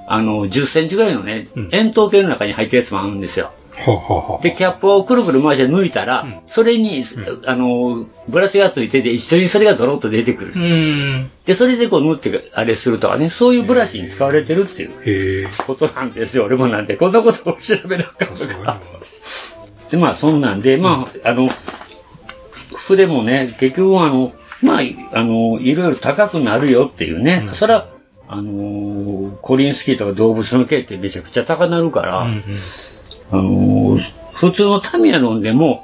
、10センチぐらいのね、円筒形の中に入ってるやつもあるんですよ。で、キャップをくるくる回して抜いたら、それに、ブラシがついてて、一緒にそれがドロッと出てくる。で、それでこう塗って、あれするとかね、そういうブラシに使われてるっていうことなんですよ。俺もなんで、こんなことを調べなかったから。で、まあ、そんなんで、まあ、筆もね、結局まあ、いろいろ高くなるよっていうね、それは、コリンスキーとか動物の毛ってめちゃくちゃ高なるから、普通のタミヤのでも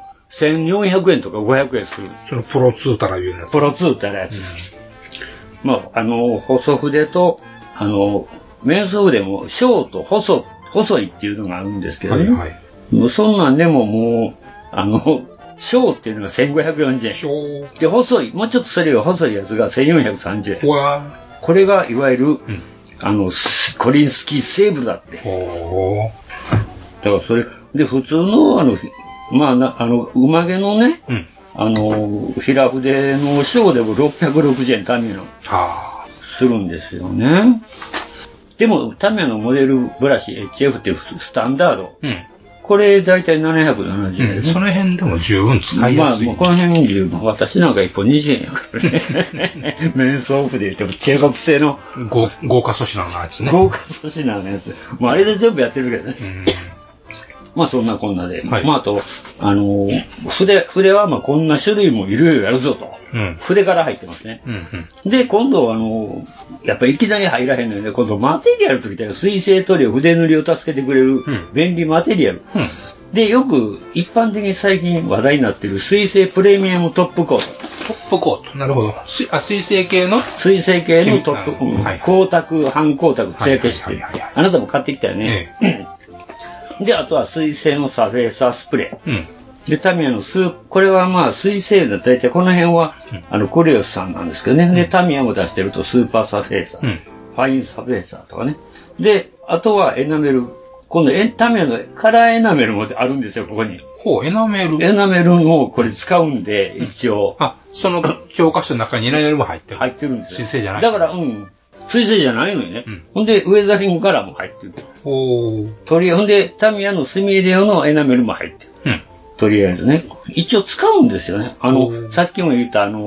1400円とか500円する。 そのプロ2たらいうやつ。 プロ2たらやつ。まあ、細筆と、面相筆もショート、細いっていうのがあるんですけどね。そんなんでももう、ショーっていうのが1540円。で、細い、もうちょっとそれが細いやつが1430円。これがいわゆる、コリンスキーセーブだって。だからそれ、で、普通の、まあ、馬毛のね、平筆のショーでも660円タミヤの、するんですよね。でも、タミヤのモデルブラシ HF っていうスタンダード。これ、だいたい770円、ねその辺でも十分使いやすい。 まあ、この辺十分。私なんか1本20円やからね。面相筆で言っても中国製の。 豪華粗品のやつね。 豪華粗品のやつ。もうあれで全部やってるけどね。まあそんなこんなで。まああと、筆はまあこんな種類もいろいろやるぞと。筆から入ってますね。で、今度やっぱりいきなり入らへんのよね。今度マテリアルときたら水性塗料、筆塗りを助けてくれる便利マテリアル。で、よく一般的に最近話題になっている水性プレミアムトップコート。 トップコート。なるほど。水性系の水性系のトップコート。光沢、半光沢、艶消しって。あなたも買ってきたよね。で、あとは水性のサフェーサースプレー。で、タミヤのこれはまあ水性だ。大体この辺は、コレオスさんなんですけどね。で、タミヤも出してるとスーパーサフェーサー。ファインサフェーサーとかね。で、あとはエナメル。今度タミヤのカラーエナメルもあるんですよ、ここに。 エナメルエナメルもこれ使うんで、一応。 その教科書の中にエナメルも入ってる。 入ってるんですよ。 水性じゃない。 だから、水性じゃないのにね。ほんで、ウェザリングカラーも入ってる。ほんで、タミヤの墨入れ用のエナメルも入ってる。とりあえずね。一応使うんですよね。さっきも言った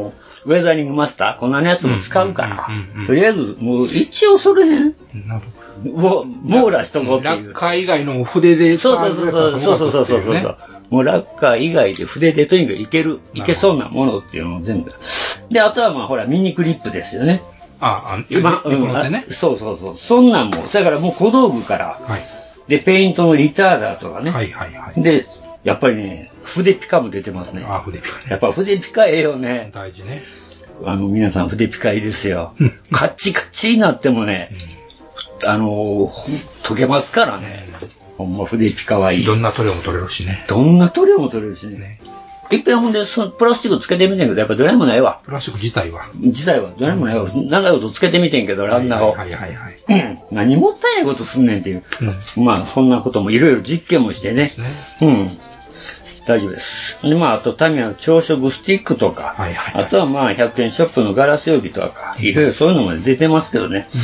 ウェザリングマスター、こんなやつも使うから、とりあえず、もう一応それね、網羅しとこうっていう。 ラッカー以外の筆で、 そう。もうラッカー以外で筆でとにかくいけそうなものっていうのを全部。で、あとはまあほら、ミニクリップですよね。そう。そんなんも、それからもう小道具から、で、ペイントのリターダーとかね。で、やっぱりね、筆ピカも出てますね。 筆ピカね。 やっぱ筆ピカええよね。 大事ね。 皆さん筆ピカいいですよ。カチカチになってもね、溶けますからね。ほんま筆ピカはいい。 どんな塗料も取れるしね。 いっぺんほんで、プラスチックつけてみてんけど、やっぱどれもないわ。 プラスチック自体はどれもないわ。長いことつけてみてんけど、ランナーを。何もったいないことすんねんっていう。まあ、そんなこともいろいろ実験もしてね。大丈夫です。で、まあ、あと、タミヤの朝食スティックとか、あとはまあ、100円ショップのガラス容器とか、いろいろそういうのも出てますけどね。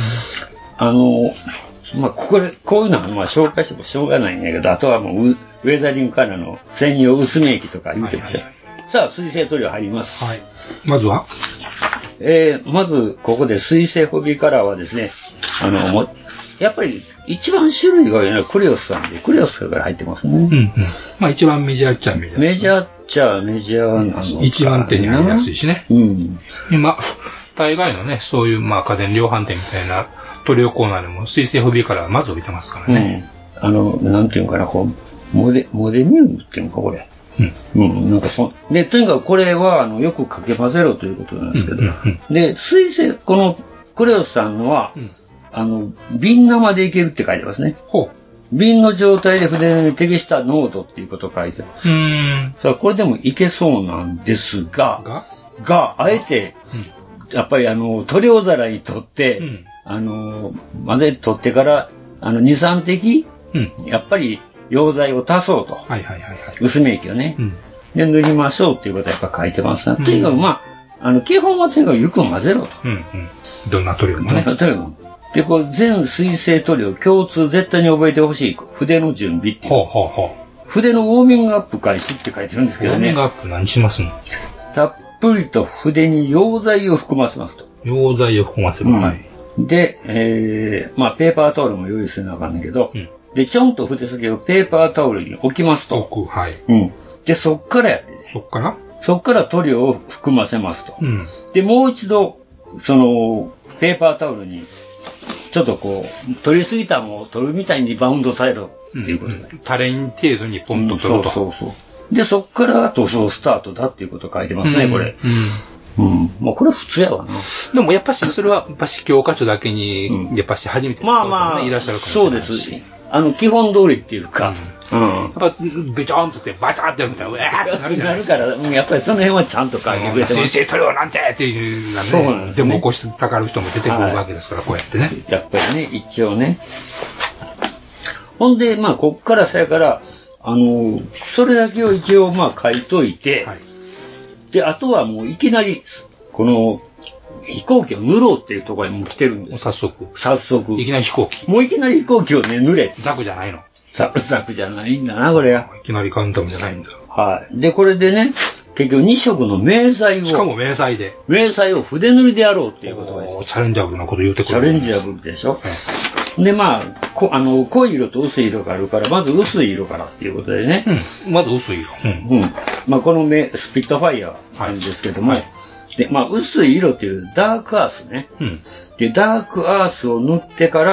まあ、こういうのはまあ紹介してもしょうがないんだけど、あとはもうウェザリングカラーの専用薄め液とか言ってました。さあ、水性塗料入ります。 まずはまず、ここで水性ホビーカラーはですね、やっぱり一番種類が多いのはクレオスさんで、クレオスから入ってますね。 まあ一番メジャーっちゃメジャー。 メジャーっちゃメジャーなのかな。 一番手に入りやすいしね。今、大概のね、そういうまあ家電量販店みたいな塗料コーナーでも水性ホビーカラーまず置いてますからね。 なんていうかな、こう、モデミウムっていうのか、これ。なんかで、とにかくこれは、よくかけ混ぜろということなんですけど、で、水性、このクレオスさんのは、瓶生でいけるって書いてますね。瓶の状態で筆に適した濃度っていうことを書いてます。これでもいけそうなんですが、あえて、やっぱり塗料皿に取って、混ぜ取ってから、2、3滴、やっぱり溶剤を足そうと。薄め液をね。で、塗りましょうっていうことはやっぱ書いてますね。とにかくまあ、基本はとにかくよく混ぜろと。 どんな塗料もね。 で、こう、全水性塗料共通絶対に覚えてほしい筆の準備っていう。筆のウォーミングアップ開始って書いてるんですけどね。 ウォーミングアップ何しますの？ たっぷりと筆に溶剤を含ませますと。 溶剤を含ませる。 で、まあ、ペーパータオルも用意せなあかんねんけど、で、ちょんと筆先をペーパータオルに置きますと。で、そっからやってね。そっから塗料を含ませますと。で、もう一度、ペーパータオルに、ちょっとこう、取りすぎたものを取るみたいにバウンドされるっていうことで。 タレン程度にポンと取ると。 で、そっから塗装スタートだっていうこと書いてますね、これ。もうこれ普通やわな。 でもやっぱしそれは、やっぱし教科書だけに、やっぱし初めていらっしゃるかもしれない。 そうです。基本通りっていうか、 やっぱ、べちょんとってバチャーってやるみたいな、うわーってなるじゃないですか。 なるから、やっぱりその辺はちゃんと書いてくれてます。 水性塗料なんてっていうのね、でも起こしたがる人も出てくるわけですから、こうやってね。 やっぱりね、一応ね。ほんで、まあ、こっからさやから、それだけを一応、まあ、書いといて、で、あとはもういきなり、この、飛行機を塗ろうっていうところにもう来てるんです。 早速。いきなり飛行機。 もういきなり飛行機をね、塗れ。 ザクじゃないの？ ザクじゃないんだな、これは。 いきなりガンダムじゃないんだ。 で、これでね、結局2色の迷彩を。 しかも迷彩で。 迷彩を筆塗りでやろうっていうことが。 チャレンジャブルなこと言うてくる。 チャレンジャブルでしょ。で、まあ、濃い色と薄い色があるから、まず薄い色からっていうことでね。 まず薄い色。 まあ、このスピットファイヤーなんですけども、で、まあ、薄い色っていうダークアースね。で、ダークアースを塗ってから、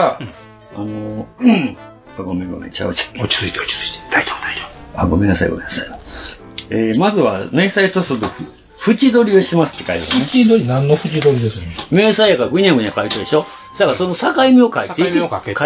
ごめん、落ち着いて。 大丈夫。 ごめんなさい。まずは、迷彩塗装と縁取りをしますって書いてあるね。 縁取り、何の縁取りですね。 迷彩やからぐにゃぐにゃ書いてるでしょ。だからその境目を書いていけっていうことです。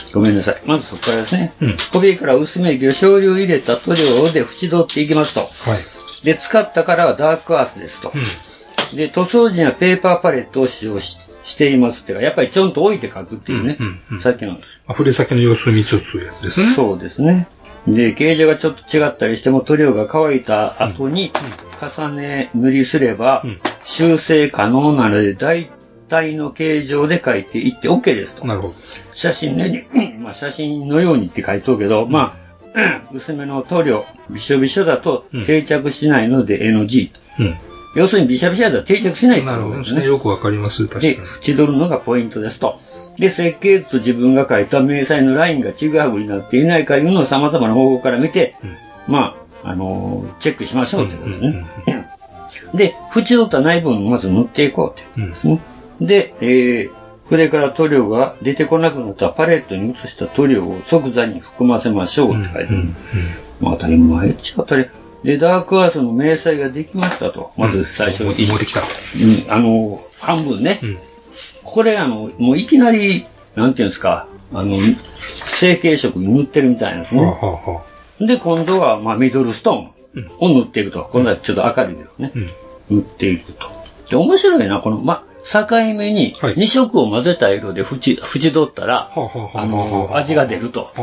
ごめんなさい。まずそこからですね。ホビーから薄め液を少量入れた塗料で縁取っていきますと。で、使ったからはダークアースですと。で、塗装時にはペーパーパレットを使用していますっていうか、やっぱりちょんと置いて書くっていうね。さっきの。 筆先の様子を見つつやつですね。 そうですね。で、形状がちょっと違ったりしても塗料が乾いた後に重ね塗りすれば修正可能なので大体の形状で描いていって OK ですと。 なるほど。 写真のように、まあ写真のようにって書いとるけど、まあ、薄めの塗料、びしょびしょだと定着しないので NG と。 要するにビシャビシャだと定着しないってことですね。 なるほどね。よくわかります。確かに。 で、縁取るのがポイントですと。で、設計図と自分が書いた明細のラインがちぐはぐになっていないかいうのを様々な方向から見て、まあ、チェックしましょうということですね。で、縁取った内分をまず塗っていこうと。で、筆から塗料が出てこなくなったパレットに移した塗料を即座に含ませましょうって書いてある。まあ当たり前っちゃ当たり。で、ダークアースの明細ができましたと。まず最初に。 持ってきた。 半分ね。これもういきなり、なんていうんですか、成型色に塗ってるみたいなんですね。で、今度は、まあ、ミドルストーンを塗っていくと。今度はちょっと明るいですね。塗っていくと。で、面白いな、この、境目に2色を混ぜた色で縁取ったら、味が出ると。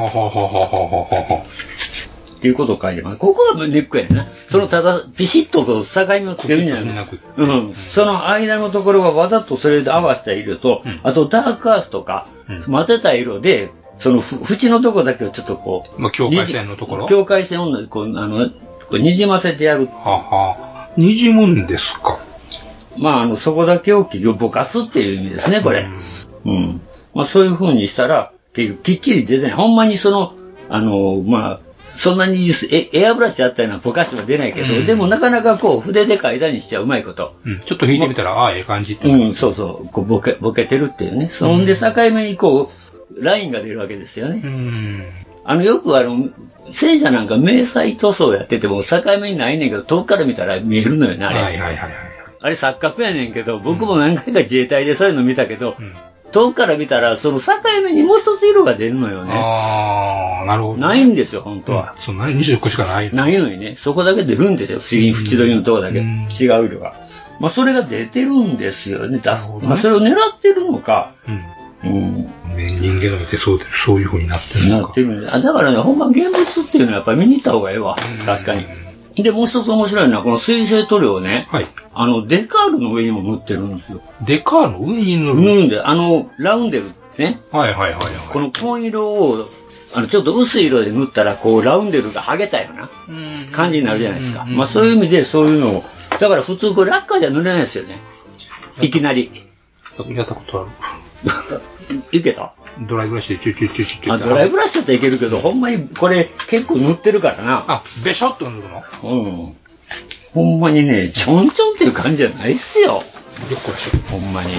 っていうことを書いてます。ここがネックやねんな。ただ、ビシッとこう境目をつけるんじゃない。その間のところはわざとそれで合わせた色と、あとダークアースとか、混ぜた色で、その縁のところだけをちょっとこう、 境界線のところ境界線をこう、にじませてやる。 にじむんですか。 まあ、そこだけを結局ぼかすっていう意味ですね、これ。まあ、そういう風にしたら、結局きっちり出てない。ほんまにまあ、そんなにエアブラシであったようなぼかしは出ないけど、でもなかなかこう、筆で描いたにしちゃうまいこと。 ちょっと引いてみたら、ええ感じって。 そうそう。こうぼけてるっていうね。そんで境目にこう、ラインが出るわけですよね。よく戦車なんか迷彩塗装やってても境目にないねんけど、遠くから見たら見えるのよね、あれ。あれ錯覚やねんけど、僕も何回か自衛隊でそういうの見たけど、遠くから見たら、その境目にもう一つ色が出るのよね。 なるほど。 ないんですよ、本当は。 そんなに2色しかない。 ないのにね、そこだけ出るんですよ、不思議に縁取りのとこだけ。違う色が。まあ、それが出てるんですよね、まあ、それを狙ってるのか。 人間の見てそういう風になってるのか。 なってるんで。だからね、ほんま現物っていうのはやっぱり見に行った方がええわ。確かに。で、もう一つ面白いのは、この水性塗料をね、デカールの上にも塗ってるんですよ。 デカールの上に塗る？ 塗るんで、ラウンデルってね。この紺色を、ちょっと薄い色で塗ったら、こう、ラウンデルが剥げたような感じになるじゃないですか。まあ、そういう意味で、そういうのを、だから普通これラッカーじゃ塗れないですよね。いきなり。 やったことある。 いけた？ ドライブラシでチュチュチュチュチュ。 ドライブラシだったらいけるけど、ほんまにこれ結構塗ってるからな。 べしょっと塗るの？ ほんまにね、ちょんちょんっていう感じじゃないっすよ。 よっこらしょ。 ほんまに。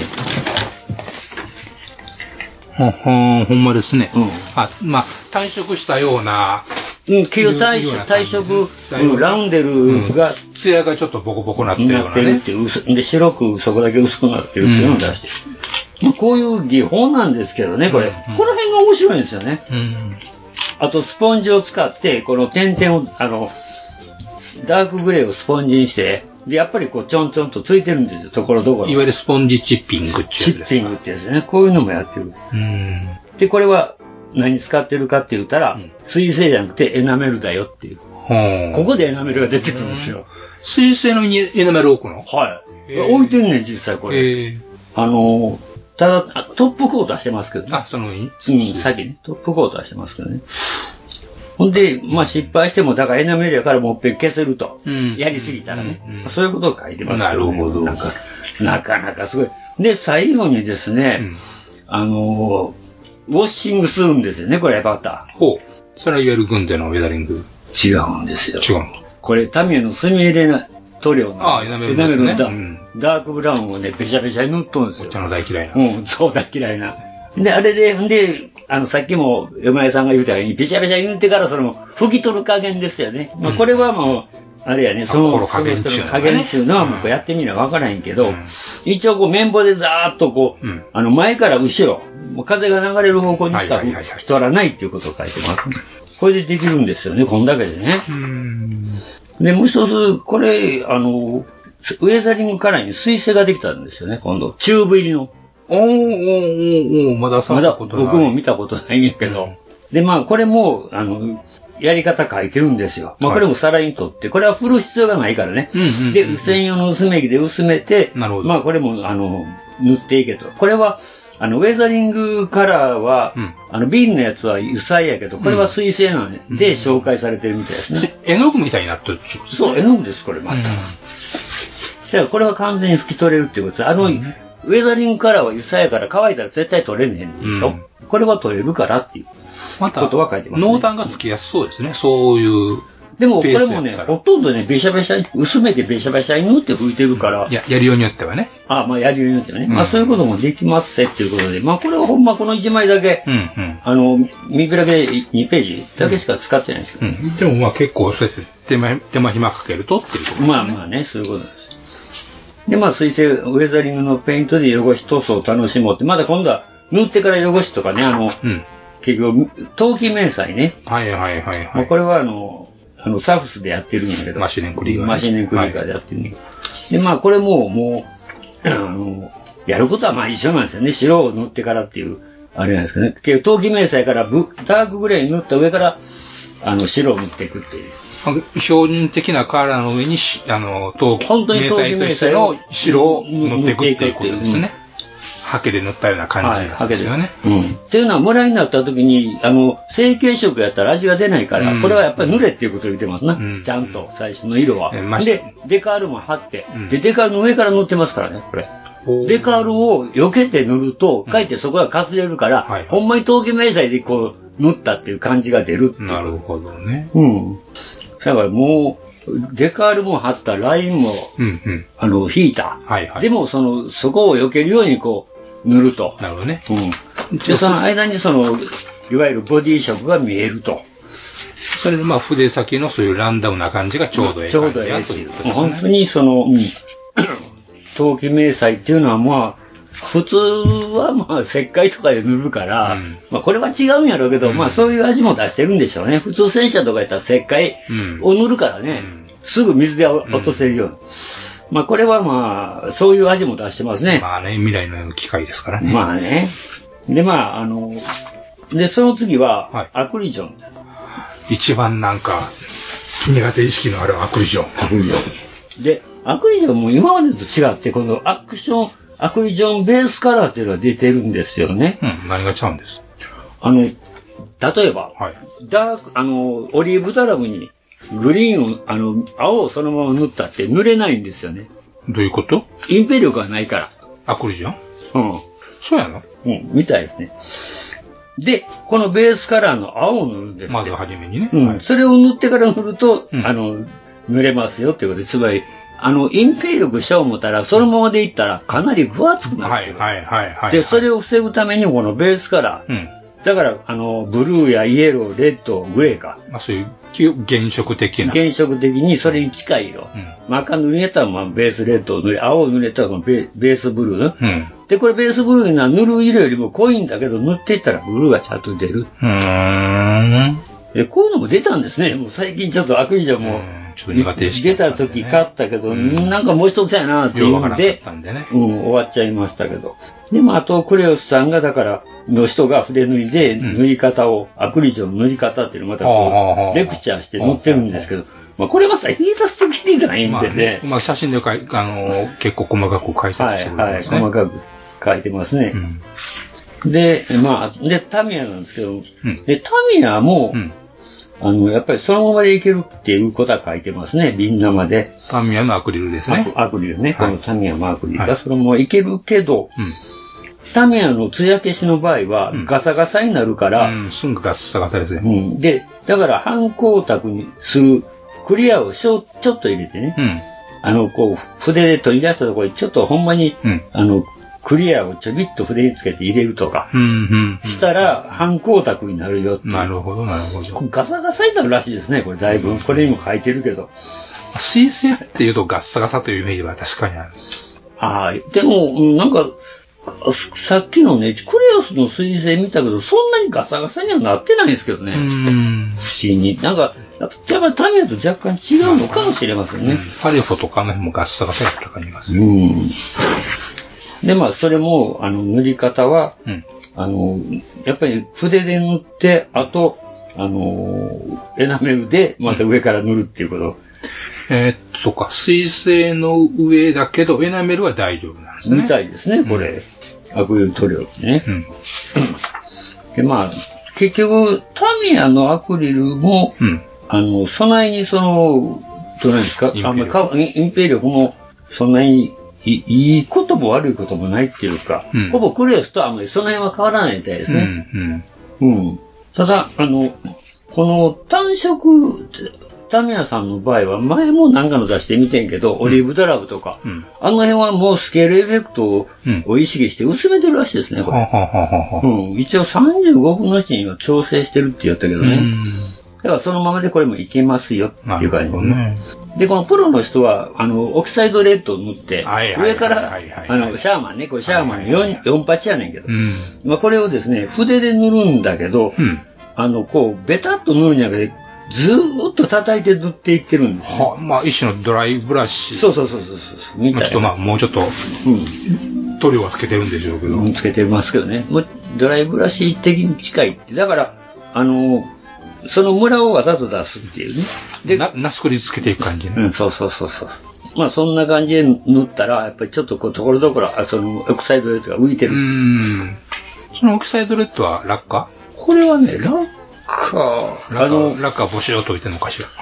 ほんまですね。まあ、退職したような。 退職、ラウンデルが、 艶がちょっとボコボコなってるようなね。 で、白くそこだけ薄くなってるっていうのを出して。こういう技法なんですけどね、これ。この辺が面白いんですよね。あと、スポンジを使って、この点々を、ダークグレーをスポンジにして、で、やっぱりこう、ちょんちょんとついてるんですよ、ところどころ。 いわゆるスポンジチッピングってやつですか。 チッピングってやつね。こういうのもやってる。で、これは何使ってるかって言ったら、水性じゃなくてエナメルだよっていう。ここでエナメルが出てくるんですよ。 水性のエナメル置くの？ 置いてんねん、実際これ。ただ、トップコートはしてますけどね。 その上に？ 先ね。トップコートはしてますけどね。ほんで、まあ失敗しても、だからエナメルやからもっぺん消せると。やりすぎたらね。そういうことを書いてますけどね。 なるほど。 なかなかすごい。で、最後にですね、ウォッシングするんですよね、これ、バター。それはいわゆる軍でのウェザリング？ 違うんですよ。 違うの？ これ、タミヤのスミレナ塗料の、 エナメルのダークブラウンをね、べちゃべちゃに塗っとるんですよ。 お茶の大嫌いな。 そう大嫌いな。で、あれで、さっきも、山井さんが言うたように、べちゃべちゃ塗ってから、その、拭き取る加減ですよね。まあ、これはもう、あれやね、その加減っていうのは、もうやってみなわからへんけど、一応こう、綿棒でザーッとこう、前から後ろ、風が流れる方向にしか拭き取らないっていうことを書いてます。これでできるんですよね、こんだけでね。で、もう一つ、これ、ウェザリングカラーに水性ができたんですよね、今度。チューブ入りの。 まだ僕も見たことないんやけど。で、まあ、これも、やり方書いてるんですよ。まあ、これもさらに取って、これは振る必要がないからね。で、専用の薄め液で薄めて、まあ、これも、塗っていけと。これは、ウェザリングカラーは、瓶のやつは油彩やけど、これは水性なんで紹介されてるみたいですね。 絵の具みたいになってるってことですね。 そう、絵の具です、これまた。 だからこれは完全に拭き取れるっていうことです。ウェザリングカラーは油彩やから乾いたら絶対取れねえんでしょ、これは取れるからっていうことは書いてます、ね。 濃淡がつきやすそうですね。そういう。 でもこれもね、ほとんどね、べしゃべしゃに、薄めてべしゃべしゃに塗って拭いてるから。 やりようによってはね。 まあやりようによってはね。まあそういうこともできますせっていうことで、まあこれはほんまこの1枚だけ、見比べ2ページだけしか使ってないんですけど。 でもまあ結構そうです。手間暇かけるとっていうことですね。 まあまあね、そういうことです。で、まあ、水性、ウェザリングのペイントで汚し塗装を楽しもうって、まだ今度は塗ってから汚しとかね、結局、陶器明細ね。 はい。 まあ、これはサフスでやってるんやけど。 マシネンクリーガー、 マシネンクリーガーでやってるんやけど。で、まあ、これもう、やることはまあ一緒なんですよね。白を塗ってからっていう、あれなんですかね。結局、陶器明細からダークグレーに塗った上から、白を塗っていくっていう。 標準的なカラーの上に、陶器明細としての白を塗っていくっていうことですね。ハケで塗ったような感じですよね。 っていうのは、ムラになった時に、成型色やったら味が出ないから、これはやっぱり塗れっていうことを言ってますな。ちゃんと、最初の色は。で、デカールも貼って、で、デカールの上から塗ってますからね、これ。デカールを避けて塗ると、かえってそこがかすれるから、ほんまに陶器明細でこう、塗ったっていう感じが出るっていう。 なるほどね。 だからもう、デカールも貼った、ラインも、引いた。でも、そこを避けるようにこう、塗ると。 なるほどね。 で、その間にいわゆるボディ色が見えると。 それでまあ、筆先のそういうランダムな感じがちょうどいい感じだということですね。 本当に陶器明細っていうのはまあ、普通はまあ石灰とかで塗るから、まあこれは違うんやろうけど、まあそういう味も出してるんでしょうね。普通洗車とかやったら石灰を塗るからね、すぐ水で落とせるように。まあこれはまあ、そういう味も出してますね。 まあね、未来の機械ですからね。 まあね。でまあで、その次は、アクリジョン。 一番なんか、苦手意識のあるアクリジョン。 で、アクリジョンも今までと違って、このアクリジョンベースカラーっていうのが出てるんですよね。 何が違うんです？ 例えば、オリーブダラムにグリーンを、青をそのまま塗ったって塗れないんですよね。 どういうこと？ 隠蔽力がないから。 アクリジョン？そうやの？ みたいですね。で、このベースカラーの青を塗るんです。 まずはじめにね。 それを塗ってから塗ると、塗れますよっていうことで、つまり、隠蔽力しよう思ったら、そのままでいったらかなり分厚くなってる。で、それを防ぐためにこのベースカラー。だから、ブルーやイエロー、レッド、グレーか。 まあそういう原色的な。 原色的にそれに近い色。赤塗りやったらまあベースレッドを塗り、青を塗りやったらベースブルー。で、これベースブルーな塗る色よりも濃いんだけど、塗っていったらブルーがちゃんと出る。で、こういうのも出たんですね。もう最近ちょっとアクリジョンも。出た時買ったけど、なんかもう一つやなっていうので、終わっちゃいましたけど。でも、あと、クレオスさんが、だから、の人が筆塗りで、塗り方を、アクリジョンの塗り方っていうのをまたこう、レクチャーして塗ってるんですけど、まあ、これまた言い出すときりないんでね。 まあ、写真で結構細かく解説してるんですね。 細かく書いてますね。で、まあ、で、タミヤなんですけど、で、タミヤも、やっぱりそのままでいけるっていうことは書いてますね、ビン生で。 タミヤのアクリルですね。 アクリルね。このタミヤのアクリルがそのままいけるけど、タミヤの艶消しの場合はガサガサになるから、 すぐガッサガサですね。 で、だから反光沢にするクリアをちょっと入れてね、こう、筆で取り出したところにちょっとほんまに、クリアをちょびっと筆につけて入れるとか、したら反光沢になるよって。 なるほど、なるほど。 ガサガサになるらしいですね、これだいぶ。これにも書いてるけど。 水性っていうとガッサガサというイメージは確かにある。 でも、なんか、さっきのね、クレオスの水性見たけど、そんなにガサガサにはなってないんですけどね。不思議に。なんか、やっぱりタミヤと若干違うのかもしれませんね。 パレフォとかの辺もガッサガサやった感じます。 で、まあ、それも、塗り方は、やっぱり筆で塗って、あと、エナメルで、また上から塗るっていうこと。 そうか、水性の上だけど、エナメルは大丈夫なんですね。 みたいですね、これ。アクリル塗料ってね。で、まあ、結局、タミヤのアクリルも、備えにどうなんですか、インペ力も、 そんなにいいことも悪いこともないっていうか、ほぼクレスとあんまりその辺は変わらないみたいですね。ただ、この単色、タミヤさんの場合は前も何かの出してみてんけど、オリーブドラブとか、あの辺はもうスケールエフェクトを意識して薄めてるらしいですね、これ。一応35分の1には調整してるって言ったけどね。だからそのままでこれもいけますよっていう感じですね。で、このプロの人は、オキサイドレッドを塗って、上から、シャーマンね、これシャーマンの4パチやねんけど、まあこれをですね、筆で塗るんだけど、こう、ベタっと塗るんじゃなくて、ずーっと叩いて塗っていってるんです、ね。 まあ一種のドライブラシ。 そう。みたいな。 ちょっとまあもうちょっと、塗料はつけてるんでしょうけど。 つけてますけどね。ドライブラシ的に近いって。だから、そのムラをわざと出すっていうね。 で、なすくりつけていく感じね。 そう。まあそんな感じで塗ったら、やっぱりちょっとこう、ところどころ、その、オキサイドレッドが浮いてる。 そのオキサイドレッドはラッカ？ これはね、ラッカ募集を解いてるのかしら。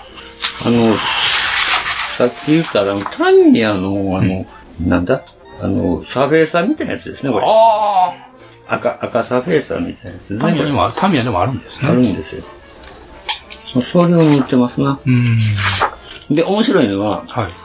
さっき言ったタミヤの、なんだサフェーサーみたいなやつですね、これ。赤サフェーサーみたいなやつですね。 タミヤでもあるんですね。 あるんですよ。それを塗ってますな。で、面白いのは、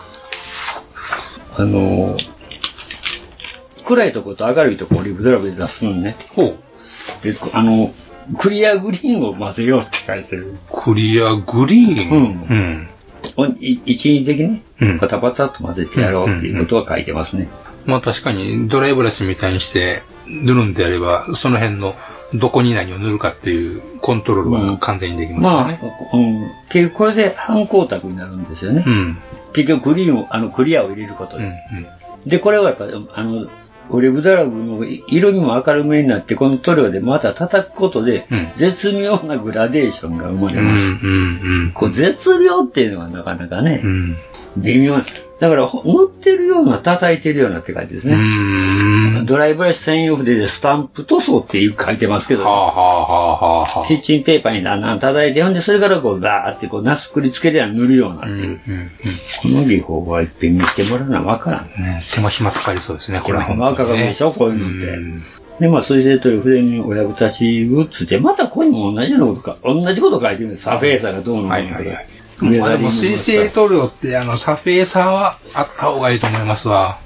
暗いとこと明るいとこをリブドラブで出すのね。で、クリアグリーンを混ぜようって書いてる。 クリアグリーン一時的にパタパタと混ぜてやろうっていうことは書いてますね。 まあ確かにドライブラシみたいにして塗るんであれば、その辺のどこに何を塗るかっていうコントロールは簡単にできますよね。 結局これで半光沢になるんですよね。結局クリアを入れることで。で、これはやっぱオリーブドラブの色味も明るめになって、この塗料でまた叩くことで、絶妙なグラデーションが生まれます。こう絶妙っていうのはなかなかね、微妙な。だから、塗ってるような、叩いてるようなって感じですね。ドライブラシ専用筆でスタンプ塗装って書いてますけど、キッチンペーパーにだんだん叩いて、ほんで、それからこう、バーってこう、なすくりつけて塗るようなっていう。この技法は一遍見せてもらうのはわからん。 手間暇かかりそうですね、これは。 手間暇かかるでしょ、こういうのって。で、まあ、水性塗料、筆に親ぶたしグッズで、またここにも同じようなことか、同じこと書いてるんです。サフェーサーがどうのこうのとか。 でも水性塗料ってサフェーサーはあった方がいいと思いますわ。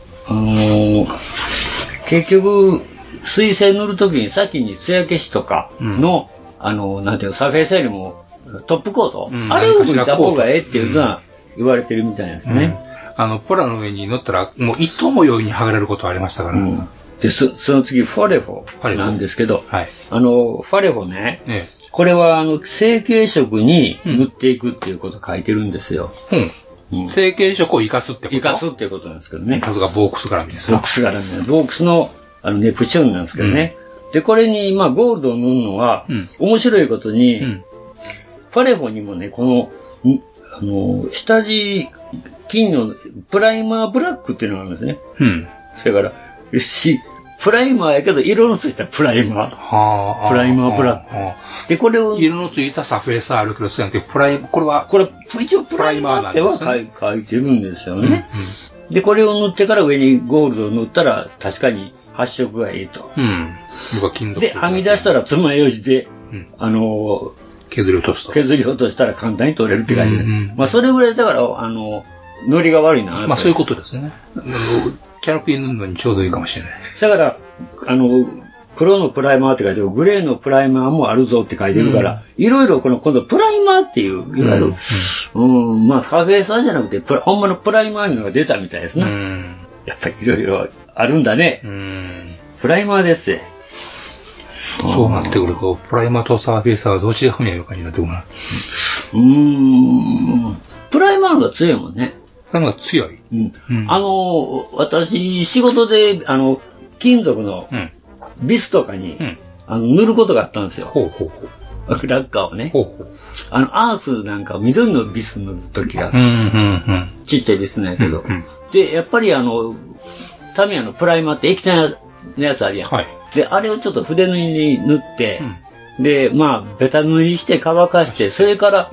結局、水性塗るときに先に艶消しとかの、なんていうの、サフェーサーよりもトップコート、あれを塗った方がええっていうのは言われてるみたいなんですね。 ポラの上に塗ったら、もう糸模様に剥がれることありましたから。 で、その次、ファレフォなんですけど、ファレフォね、これは成型色に塗っていくっていうことを書いてるんですよ。 成型色を生かすってこと？ 生かすっていうことなんですけどね。 さすがボークス絡みです。 ボークス絡み。ボークスのネプチューンなんですけどね。で、これにゴールドを塗るのは、面白いことに、ファレフォにもね、この、下地、金のプライマーブラックっていうのがあるんですね。それから、プライマーやけど、色のついたプライマー。プライマーブラック。で、これを。 色のついたサフェーサーあるけど、そうやってこれ一応プライマーっては書いてるんですよね。で、これを塗ってから上にゴールドを塗ったら、確かに発色がいいと。で、はみ出したら爪楊枝で、 削り落とすと。 削り落としたら簡単に取れるって感じで。まあ、それぐらいだから、ノリが悪いな。 まあ、そういうことですね。キャノピー塗るのにちょうどいいかもしれない。 だから、黒のプライマーって書いてる、グレーのプライマーもあるぞって書いてるから、いろいろ今度プライマーっていう、いわゆる、まあ、サーフェーサーじゃなくて、ほんまのプライマーのが出たみたいですね。やっぱりいろいろあるんだね。プライマーですよ。 そうなってくると、プライマーとサーフェーサーはどっちが踏み合うかになってくるな。 プライマーのが強いもんね。 プライマーが強い。 私、仕事で、金属のビスとかに、塗ることがあったんですよ。ラッカーをね。アースなんか緑のビス塗るときが、ちっちゃいビスなんやけど。で、やっぱりタミヤのプライマーって液体のやつあるやん。で、あれをちょっと筆塗りに塗って、で、まあ、ベタ塗りして乾かして、それから、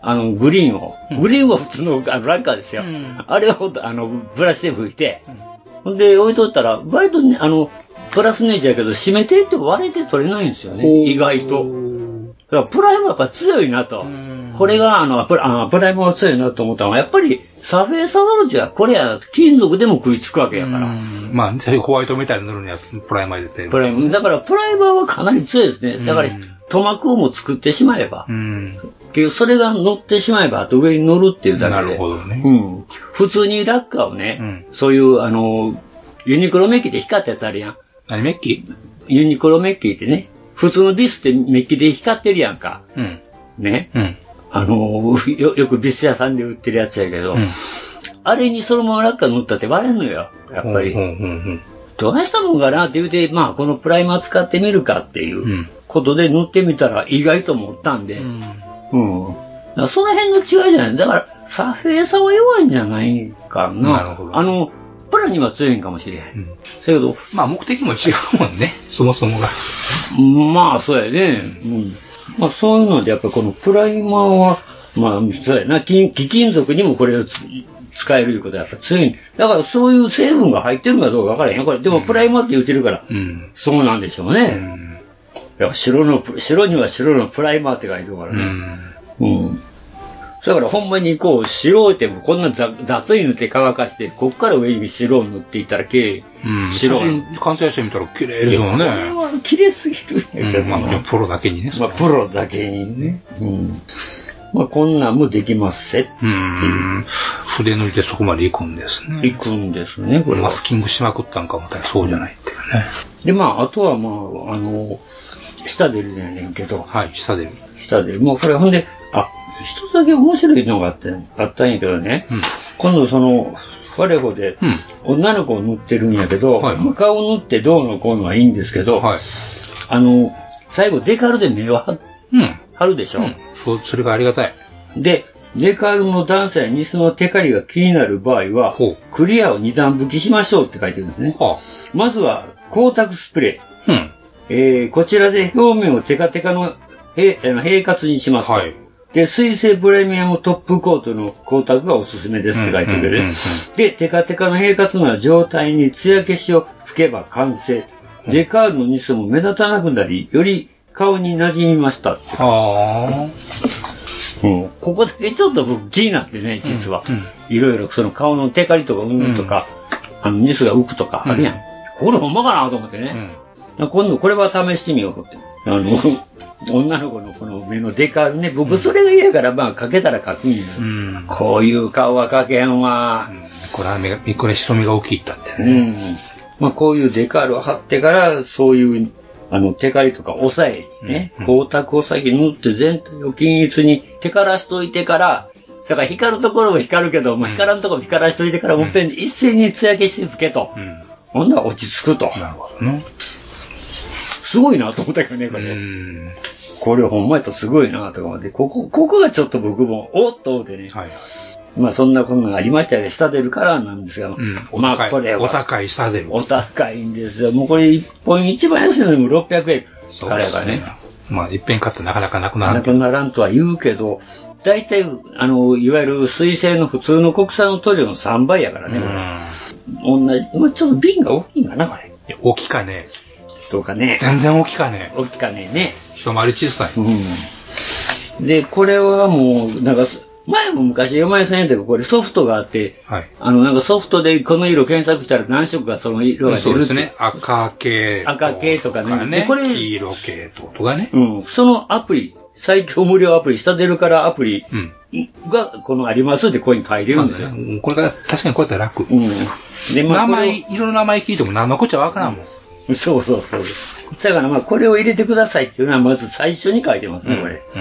グリーンを普通のラッカーですよ。あれを、ブラシで拭いて、ほんで置いとったら、割とね、プラスネジやけど、締めてって割れて取れないんですよね、意外と。だからプライマーやっぱ強いなと。これが、プライマーが強いなと思ったのは、やっぱり、サフェイサナロジは、これや、金属でも食いつくわけやから。 まあ、ホワイトメタル塗るには、プライマーでだから、プライマーはかなり強いですね。だから、塗膜をも作ってしまえば。それが乗ってしまえば、あと上に乗るっていうだけで。 なるほどね。 普通にラッカーをね、そういう、ユニクロメッキで光ったやつあるやん。 何メッキ？ ユニクロメッキってね、普通のビスってメッキで光ってるやんか。ね。よくビス屋さんで売ってるやつやけど、あれにそのままラッカー塗ったって割れんのよ、やっぱり。どうしたもんかなって言うて、まあ、このプライマー使ってみるかっていうことで塗ってみたら意外と思ったんで、その辺の違いじゃない。だから、サフェイサは弱いんじゃないかな。 なるほど。 プラには強いんかもしれへん。だけど、 まあ、目的も違うもんね、そもそもが。 まあ、そうやね。まあ、そういうので、やっぱりこのプライマーは、まあ、そうやな、貴金属にもこれを使えるいうことはやっぱ強い。だからそういう成分が入ってるのかどうか分からへんよ。これ、でもプライマーって言ってるから、そうなんでしょうね。いや白には白のプライマーって書いてるからね。だからほんまにこう、白いってこんな雑に塗って乾かして、こっから上に白を塗っていったら白写真完成してみたら綺麗ですもんね。 これは綺麗すぎるんやけど、 まあ、プロだけにね。 まあ、プロだけにね。まあ、こんなんもできますせ。 筆塗りでそこまで行くんですね。 行くんですね、これ。 マスキングしまくったんかもたらそうじゃないっていうね。 で、まあ、あとはまあ、下出るやねんけど。 はい、下出る。 下出る。もうこれほんで、一つだけ面白いのがあったんやけどね。今度ファレホで、女の子を塗ってるんやけど、顔を塗ってどうのこうのはいいんですけど、最後デカールで目を貼るでしょ。 それがありがたい。 で、デカールの段差やニスのテカリが気になる場合は、クリアを2段拭きしましょうって書いてるんですね。まずは、光沢スプレー。こちらで表面をテカテカの平滑にします。で、水性プレミアムトップコートの光沢がおすすめですって書いてるね。で、テカテカの平滑な状態に艶消しを吹けば完成。デカールのニスも目立たなくなり、より顔に馴染みました。ここだけちょっと僕気になってね、実は。いろいろその顔のテカリとかうんとか、ニスが浮くとかあるやん。これほんまかなと思ってね。今度これは試してみようって。女の子のこの目のデカールね、僕それが嫌やから、まあかけたら描くんや。こういう顔は描けへんわ。 これ白身が大きいったってね。 まあこういうデカールを貼ってから、そういう、テカリとか押さえにね、光沢を先塗って全体を均一にテカらしといてから、だから光るところも光るけど、光らんところも光らしといてから、もっぺん一斉に艶消して吹けと。ほんなら落ち着くと。 なるほどね。 すごいなと思ったけどね、これ。これほんまやとすごいなとか思って、ここがちょっと僕も、おっと思ってね。まあそんなこんながありましたけど、下出るカラーなんですが、まあこれは。 お高い下出る。 お高いんですよ。もうこれ一番安いのにも600円カラーがね。 まあ一遍買ってなかなかなくならん。 なくならんとは言うけど、大体、いわゆる水性の普通の国産の塗料の3倍やからね。同じ、まあちょっと瓶が大きいんかな、これ。 大きかね。 どうかね。 全然大きかね。 大きかねね。 一回り小さい。で、これはもう、なんか、前も昔、山井さんやったけど、これソフトがあって、なんかソフトでこの色検索したら何色かその色が出る。 そうですね。赤系とかね。 これ黄色系とかね。 そのアプリ、最強無料アプリ、下出るからアプリが、このありますってここに書いてるんですよ。 これが確かにこうやったら楽。 で、まあ、 色の名前聞いても何のこっちゃわからんもん。 そう。だからまあ、これを入れてくださいっていうのはまず最初に書いてますね、これ。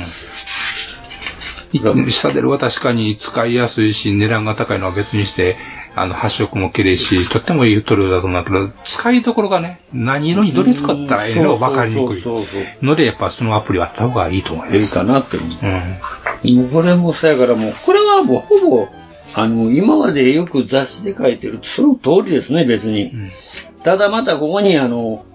下出るは確かに使いやすいし、値段が高いのは別にして、発色も綺麗し、とってもいい塗料だと思うけど、使いどころがね、何色にどれ使ったらいいのか分かりにくいので、やっぱそのアプリはあった方がいいと思います。 いいかなって思う。もうこれもそうやからもう、これはもうほぼ、今までよく雑誌で書いてる、その通りですね、別に。ただまたここに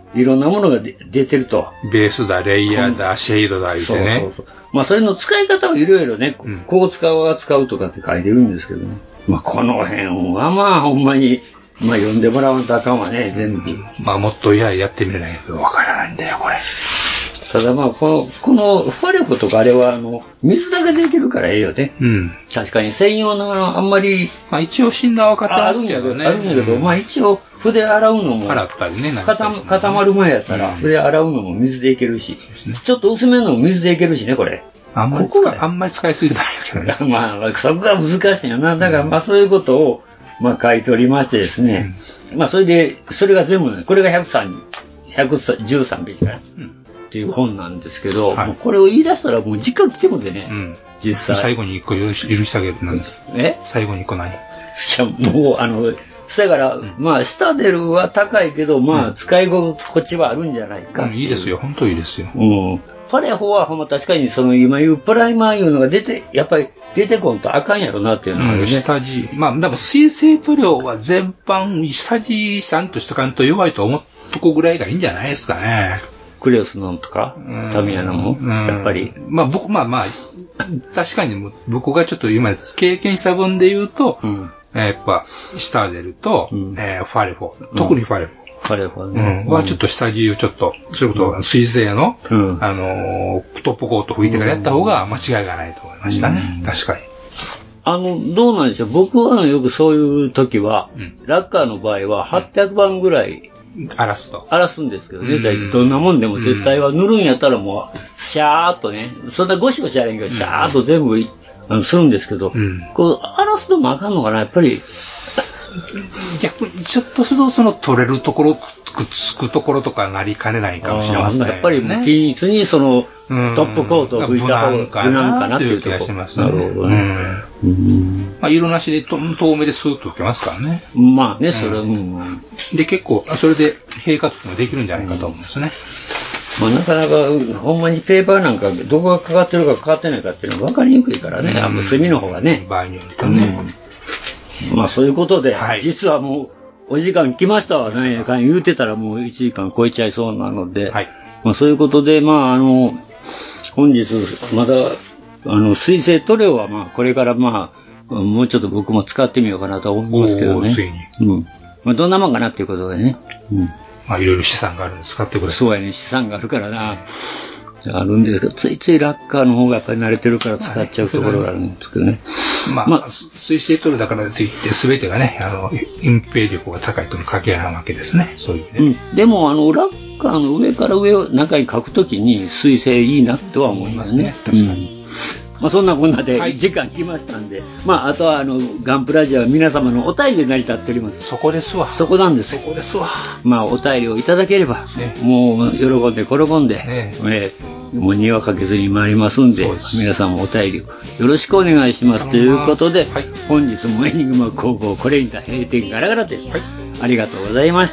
いろんなものが出てると。 ベースだ、レイヤーだ、シェードだ、言ってね。 そう。まあ、それの使い方をいろいろね、こう使う、使うとかって書いてるんですけどね。まあ、この辺はまあ、ほんまに、まあ、読んでもらわんとあかんわね、全部。 まあ、もっとやってみないとわからないんだよ、これ。 ただまあ、このファレフとかあれは、水だけできるからええよね。 うん。 確かに専用のあんまり。 まあ一応診断は分かってますけどね。 あるんだけど、まあ一応筆洗うのも。 洗ったりね、 固まる前やったら、筆洗うのも水でいけるし、ちょっと薄めのも水でいけるしね、これ。 あんまり使いすぎたんやけどね。 まあ、そこが難しいよな。だからまあそういうことを、まあ書いておりましてですね。まあそれで、それが全部ね、これが113ページかな。っていう本なんですけど、もうこれを言い出したらもう時間来てもでね、実際。 最後に一個許してあげるなんです。最後に一個何？いや、もう、だから、まあ、シタデルは高いけど、まあ、使い心地はあるんじゃないか。 いいですよ、本当いいですよ。 ファレホはほんま確かに今言うプライマーいうのがやっぱり出てこんとあかんやろなっていうのはあるね。 下地。まあ、でも水性塗料は全般、下地ちゃんとしとかんと弱いと思っとこぐらいがいいんじゃないですかね。 クレオスのとか、タミヤのも、やっぱり。 まあ確かに僕がちょっと今経験した分で言うと、やっぱ、シタデルと、ファレフォ。特にファレフォ。 ファレフォね。 はちょっと下着をちょっと、そういうことは水性の、トップコート拭いてからやった方が間違いがないと思いましたね。確かに。どうなんでしょう。僕はよくそういう時は、ラッカーの場合は800番ぐらい、 荒らすと。 荒らすんですけどね。どんなもんでも絶対は塗るんやったらもう、シャーっとね、そんなゴシゴシやれんけど、シャーっと全部するんですけど、こう、荒らすのもあかんのかな、やっぱり。 逆にちょっとすると取れるところ、つくところとかなりかねないかもしれませんね。 やっぱり均一にトップコートを拭いた方が無難かなっていう気がしますね。なるほどね。 まあ、色なしで遠目でスーッと受けますからね。 まあね、それは、 で、結構、それで陛下とかもできるんじゃないかと思うんですね。 まあ、なかなか、ほんまにペーパーなんか、どこがかかってるかかかってないかっていうのが分かりにくいからね。墨の方がね。 場合によってね。 まあ、そういうことで、実はもう、お時間来ましたわね。言うてたらもう1時間超えちゃいそうなので、まあ、そういうことで、まあ、本日、まだ、水性塗料は、まあ、これから、まあ、もうちょっと僕も使ってみようかなと思いますけどね。 ついに。 まあ、どんなもんかなっていうことでね。 まあ、いろいろ資産があるんで使ってください。 そうやね、資産があるからな。あるんですけど、ついついラッカーの方がやっぱり慣れてるから使っちゃうところがあるんですけどね。 まあ、水性塗料だからといって、すべてがね、隠蔽力が高いとの関係ないわけですね。そういうね。 でも、ラッカーの上から上を中に書くときに、水性いいなとは思いますね。確かに。まあ、そんなこんなで時間来ましたんで、まあ、あとはガンプラジオは皆様のお便りで成り立っております。 そこですわ。 そこなんです。 そこですわ。 まあ、お便りをいただければ、もう喜んで転んで、もうにわかけずに参りますんで、皆さんもお便りをよろしくお願いしますということで、本日もエニグマ工房これにて閉店ガラガラです。ありがとうございました。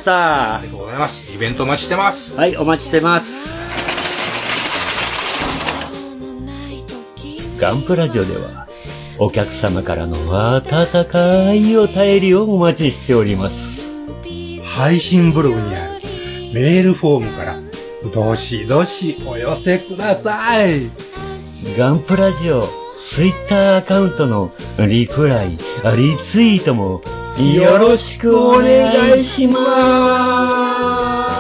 ありがとうございます。イベントお待ちしてます。 はい、お待ちしてます。 ガンプラジオではお客様からの温かいお便りをお待ちしております。 配信ブログにあるメールフォームからどしどしお寄せください。 ガンプラジオツイッターアカウントのリプライ、リツイートもよろしくお願いします。